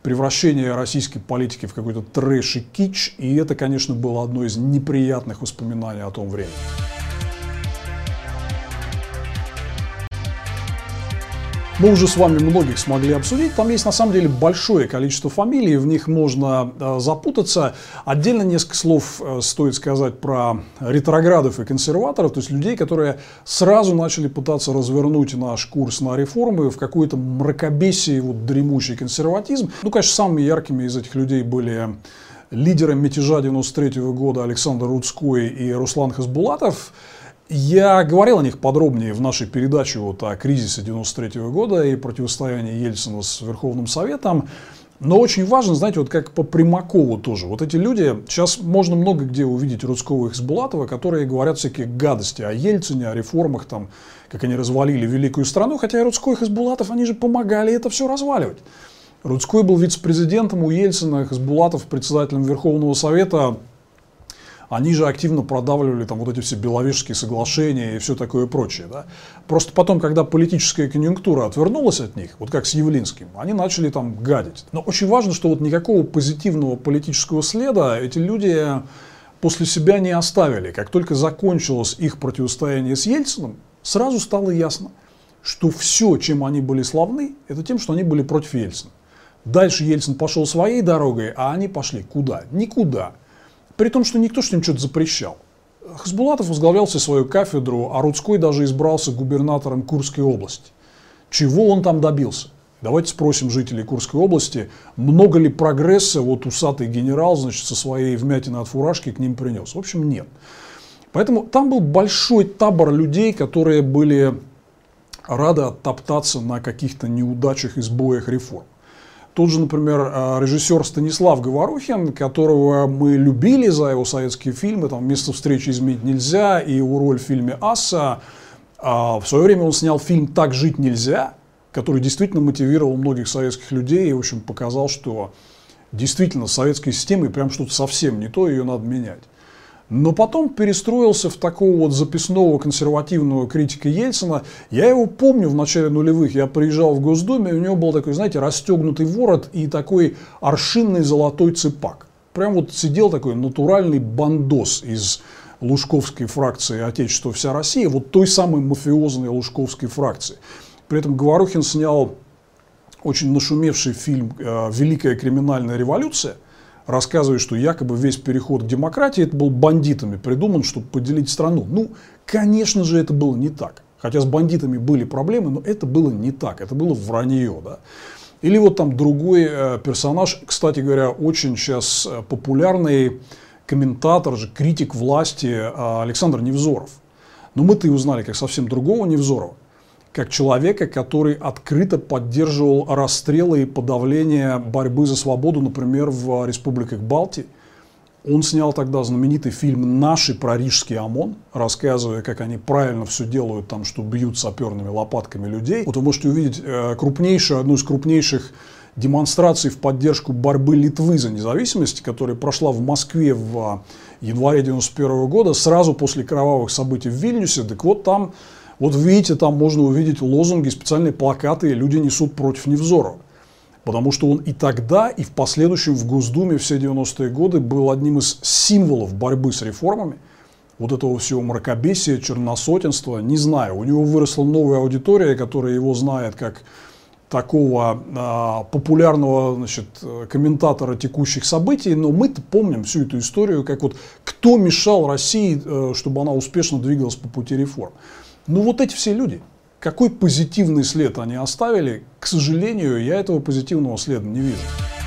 превращение российской политики в какой-то трэш и кич, и это, конечно, было одно из неприятных воспоминаний о том времени. Мы уже с вами многих смогли обсудить. Там есть на самом деле большое количество фамилий, в них можно э, запутаться. Отдельно несколько слов э, стоит сказать про ретроградов и консерваторов, то есть людей, которые сразу начали пытаться развернуть наш курс на реформы в какое-то мракобесие, вот, дремучий консерватизм. Ну, конечно, самыми яркими из этих людей были лидеры мятежа девяносто третьего года Александр Рудской и Руслан Хасбулатов. Я говорил о них подробнее в нашей передаче вот о кризисе девяносто третьего года и противостоянии Ельцина с Верховным Советом. Но очень важно, знаете, вот как по Примакову тоже. Вот эти люди, сейчас можно много где увидеть Рудского и Хасбулатова, которые говорят всякие гадости о Ельцине, о реформах, там, как они развалили великую страну. Хотя и Рудской и Хасбулатов, они же помогали это все разваливать. Рудской был вице-президентом у Ельцина, Хасбулатов председателем Верховного Совета. Они же активно продавливали там вот эти все Беловежские соглашения и все такое прочее. Да? Просто потом, когда политическая конъюнктура отвернулась от них, вот как с Явлинским, они начали там гадить. Но очень важно, что вот никакого позитивного политического следа эти люди после себя не оставили. Как только закончилось их противостояние с Ельциным, сразу стало ясно, что все, чем они были славны, это тем, что они были против Ельцина. Дальше Ельцин пошел своей дорогой, а они пошли куда? Никуда. При том, что никто ж им что-то запрещал. Хасбулатов возглавлял свою кафедру, а Рудской даже избрался губернатором Курской области. Чего он там добился? Давайте спросим жителей Курской области, много ли прогресса вот усатый генерал, значит, со своей вмятиной от фуражки к ним принес. В общем, нет. Поэтому там был большой табор людей, которые были рады оттоптаться на каких-то неудачах и сбоях реформ. Тот же, например, режиссер Станислав Говорухин, которого мы любили за его советские фильмы, там «Место встречи изменить нельзя» и его роль в фильме «Асса». В свое время он снял фильм «Так жить нельзя», который действительно мотивировал многих советских людей и, в общем, показал, что действительно с советской системой прям что-то совсем не то, ее надо менять. Но потом перестроился в такого вот записного консервативного критика Ельцина. Я его помню в начале нулевых, я приезжал в Госдуме, у него был такой, знаете, расстегнутый ворот и такой аршинный золотой цепак. Прям вот сидел такой натуральный бандос из лужковской фракции «Отечество, вся Россия», вот той самой мафиозной лужковской фракции. При этом Говорухин снял очень нашумевший фильм «Великая криминальная революция», рассказывает, что якобы весь переход к демократии это был бандитами придуман, чтобы поделить страну. Ну, конечно же, это было не так. Хотя с бандитами были проблемы, но это было не так. Это было вранье. Да? Или вот там другой э, персонаж, кстати говоря, очень сейчас популярный комментатор, же, критик власти э, Александр Невзоров. Но мы-то и узнали как совсем другого Невзорова. Как человека, который открыто поддерживал расстрелы и подавление борьбы за свободу, например, в республиках Балтии. Он снял тогда знаменитый фильм «Наши про рижский ОМОН», рассказывая, как они правильно все делают, там, что бьют саперными лопатками людей. Вот вы можете увидеть крупнейшую, одну из крупнейших демонстраций в поддержку борьбы Литвы за независимость, которая прошла в Москве в январе девяносто первого года, сразу после кровавых событий в Вильнюсе. Так вот там... Вот видите, там можно увидеть лозунги, специальные плакаты, люди несут против Невзорова. Потому что он и тогда, и в последующем в Госдуме все девяностые годы был одним из символов борьбы с реформами. Вот этого всего мракобесия, черносотенства, не знаю. У него выросла новая аудитория, которая его знает как такого а, популярного, значит, комментатора текущих событий. Но мы-то помним всю эту историю, как вот кто мешал России, чтобы она успешно двигалась по пути реформ. Ну вот эти все люди, какой позитивный след они оставили, к сожалению, я этого позитивного следа не вижу.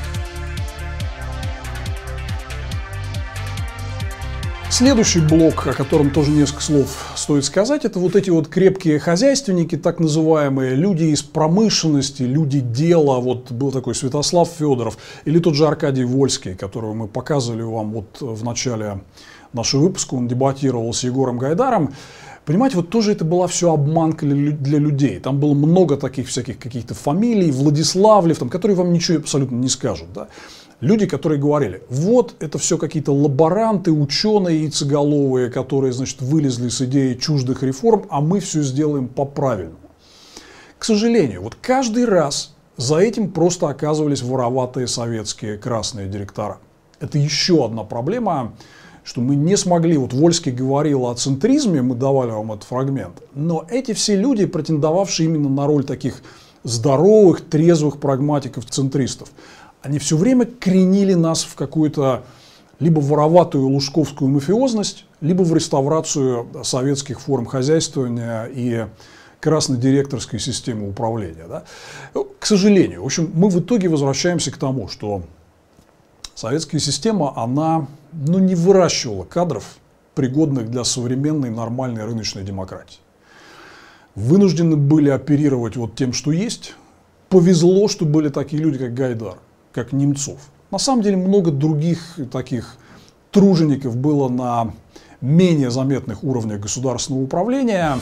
Следующий блок, о котором тоже несколько слов стоит сказать, это вот эти вот крепкие хозяйственники, так называемые, люди из промышленности, люди дела. Вот был такой Святослав Федоров или тот же Аркадий Вольский, которого мы показывали вам вот в начале нашего выпуска, он дебатировал с Егором Гайдаром. Понимаете, вот тоже это была все обманка для людей. Там было много таких всяких каких-то фамилий, Владиславлев, там, которые вам ничего абсолютно не скажут. Да? Люди, которые говорили, вот это все какие-то лаборанты, ученые яйцеголовые, которые, значит, вылезли с идеей чуждых реформ, а мы все сделаем по-правильному. К сожалению, вот каждый раз За этим просто оказывались вороватые советские красные директора. Это еще одна проблема, что мы не смогли, вот Вольский говорил о центризме, мы давали вам этот фрагмент, но эти все люди, претендовавшие именно на роль таких здоровых, трезвых прагматиков-центристов, они все время кренили нас в какую-то либо вороватую лужковскую мафиозность, либо в реставрацию советских форм хозяйствования и краснодиректорской системы управления. Да? К сожалению, в общем, мы в итоге возвращаемся к тому, что советская система, она ну, не выращивала кадров, пригодных для современной нормальной рыночной демократии. Вынуждены были оперировать вот тем, что есть. Повезло, что были такие люди, как Гайдар, как Немцов. На самом деле много других таких тружеников было на менее заметных уровнях государственного управления.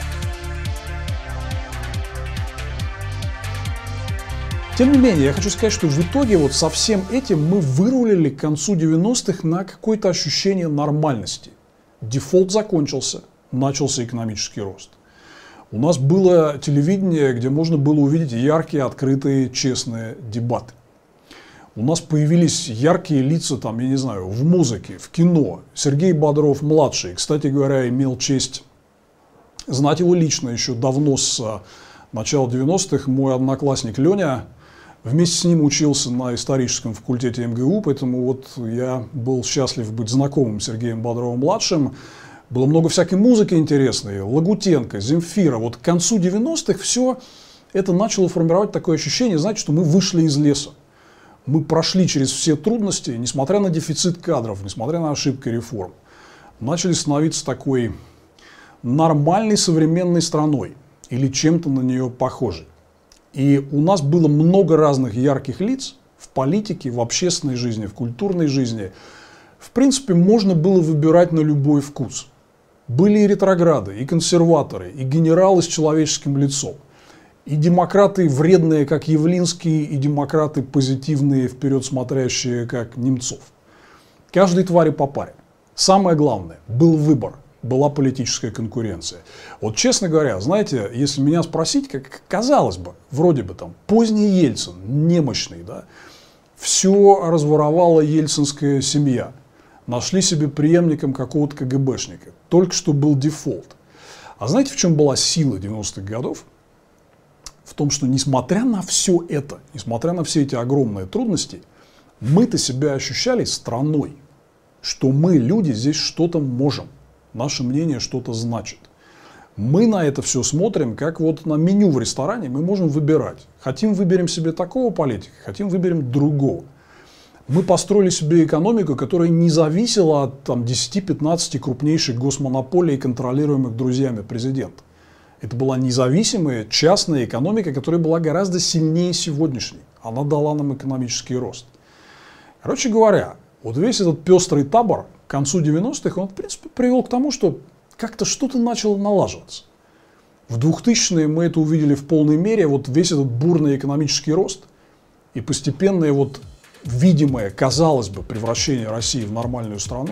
Тем не менее, я хочу сказать, что в итоге вот со всем этим мы вырулили к концу девяностых на какое-то ощущение нормальности. Дефолт закончился, начался экономический рост. У нас было телевидение, где можно было увидеть яркие, открытые, честные дебаты. У нас появились яркие лица, там, я не знаю, в музыке, в кино. Сергей Бодров-младший, кстати говоря, имел честь знать его лично еще давно, с начала девяностых. Мой одноклассник Леня вместе с ним учился на историческом факультете эм гэ у, поэтому вот я был счастлив быть знакомым с Сергеем Бодровым-младшим. Было много всякой музыки интересной, Лагутенко, Земфира. Вот к концу девяностых все это начало формировать такое ощущение, знаете, что мы вышли из леса. Мы прошли через все трудности, несмотря на дефицит кадров, несмотря на ошибки реформ. Начали становиться такой нормальной современной страной или чем-то на нее похожей. И у нас было много разных ярких лиц в политике, в общественной жизни, в культурной жизни. В принципе, можно было выбирать на любой вкус. Были и ретрограды, и консерваторы, и генералы с человеческим лицом. И демократы вредные, как Явлинский, и демократы позитивные, вперед смотрящие, как Немцов. Каждой твари по паре. Самое главное, был выбор, была политическая конкуренция. Вот честно говоря, знаете, если меня спросить, как казалось бы, вроде бы там поздний Ельцин, немощный, да, все разворовала ельцинская семья. Нашли себе преемником какого-то ка гэ бэшника. Только что был дефолт. А знаете, в чем была сила девяностых годов? В том, что несмотря на все это, несмотря на все эти огромные трудности, мы-то себя ощущали страной. Что мы, люди, здесь что-то можем. Наше мнение что-то значит. Мы на это все смотрим, как вот на меню в ресторане, мы можем выбирать. Хотим, выберем себе такого политика, хотим, выберем другого. Мы построили себе экономику, которая не зависела от там, десяти-пятнадцати крупнейших госмонополий, контролируемых друзьями президента. Это была независимая частная экономика, которая была гораздо сильнее сегодняшней. Она дала нам экономический рост. Короче говоря, вот весь этот пестрый табор к концу девяностых, он, в принципе, привел к тому, что как-то что-то начало налаживаться. В двухтысячные мы это увидели в полной мере, вот весь этот бурный экономический рост и постепенное вот видимое, казалось бы, превращение России в нормальную страну.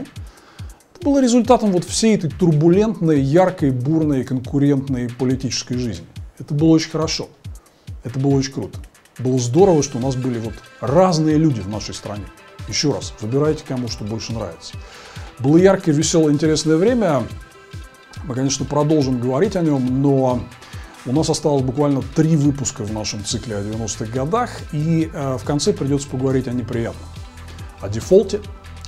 Это было результатом вот всей этой турбулентной, яркой, бурной, конкурентной политической жизни. Это было очень хорошо. Это было очень круто. Было здорово, что у нас были вот разные люди в нашей стране. Еще раз, выбирайте, кому что больше нравится. Было яркое, веселое, интересное время. Мы, конечно, продолжим говорить о нем, но у нас осталось буквально три выпуска в нашем цикле о девяностых годах. И э, в конце придется поговорить о неприятном. О дефолте,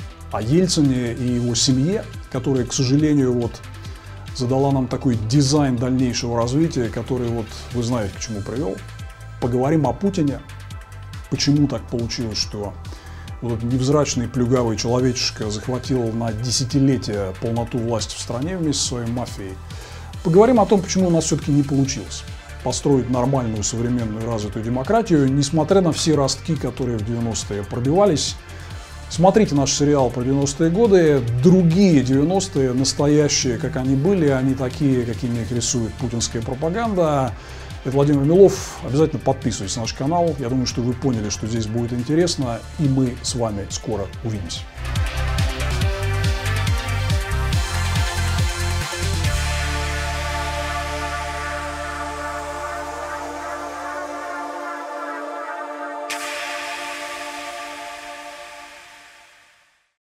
о Ельцине и его семье, которая, к сожалению, вот задала нам такой дизайн дальнейшего развития, который, вот, вы знаете, к чему привел. Поговорим о Путине, почему так получилось, что вот этот невзрачный плюгавый человечишка захватил на десятилетия полноту власти в стране вместе со своей мафией. Поговорим о том, почему у нас все-таки не получилось построить нормальную, современную, развитую демократию, несмотря на все ростки, которые в девяностые пробивались. Смотрите наш сериал про девяностые годы. Другие девяностые, настоящие, как они были, они такие, какими их рисует путинская пропаганда. Это Владимир Милов. Обязательно подписывайтесь на наш канал. Я думаю, что вы поняли, что здесь будет интересно. И мы с вами скоро увидимся.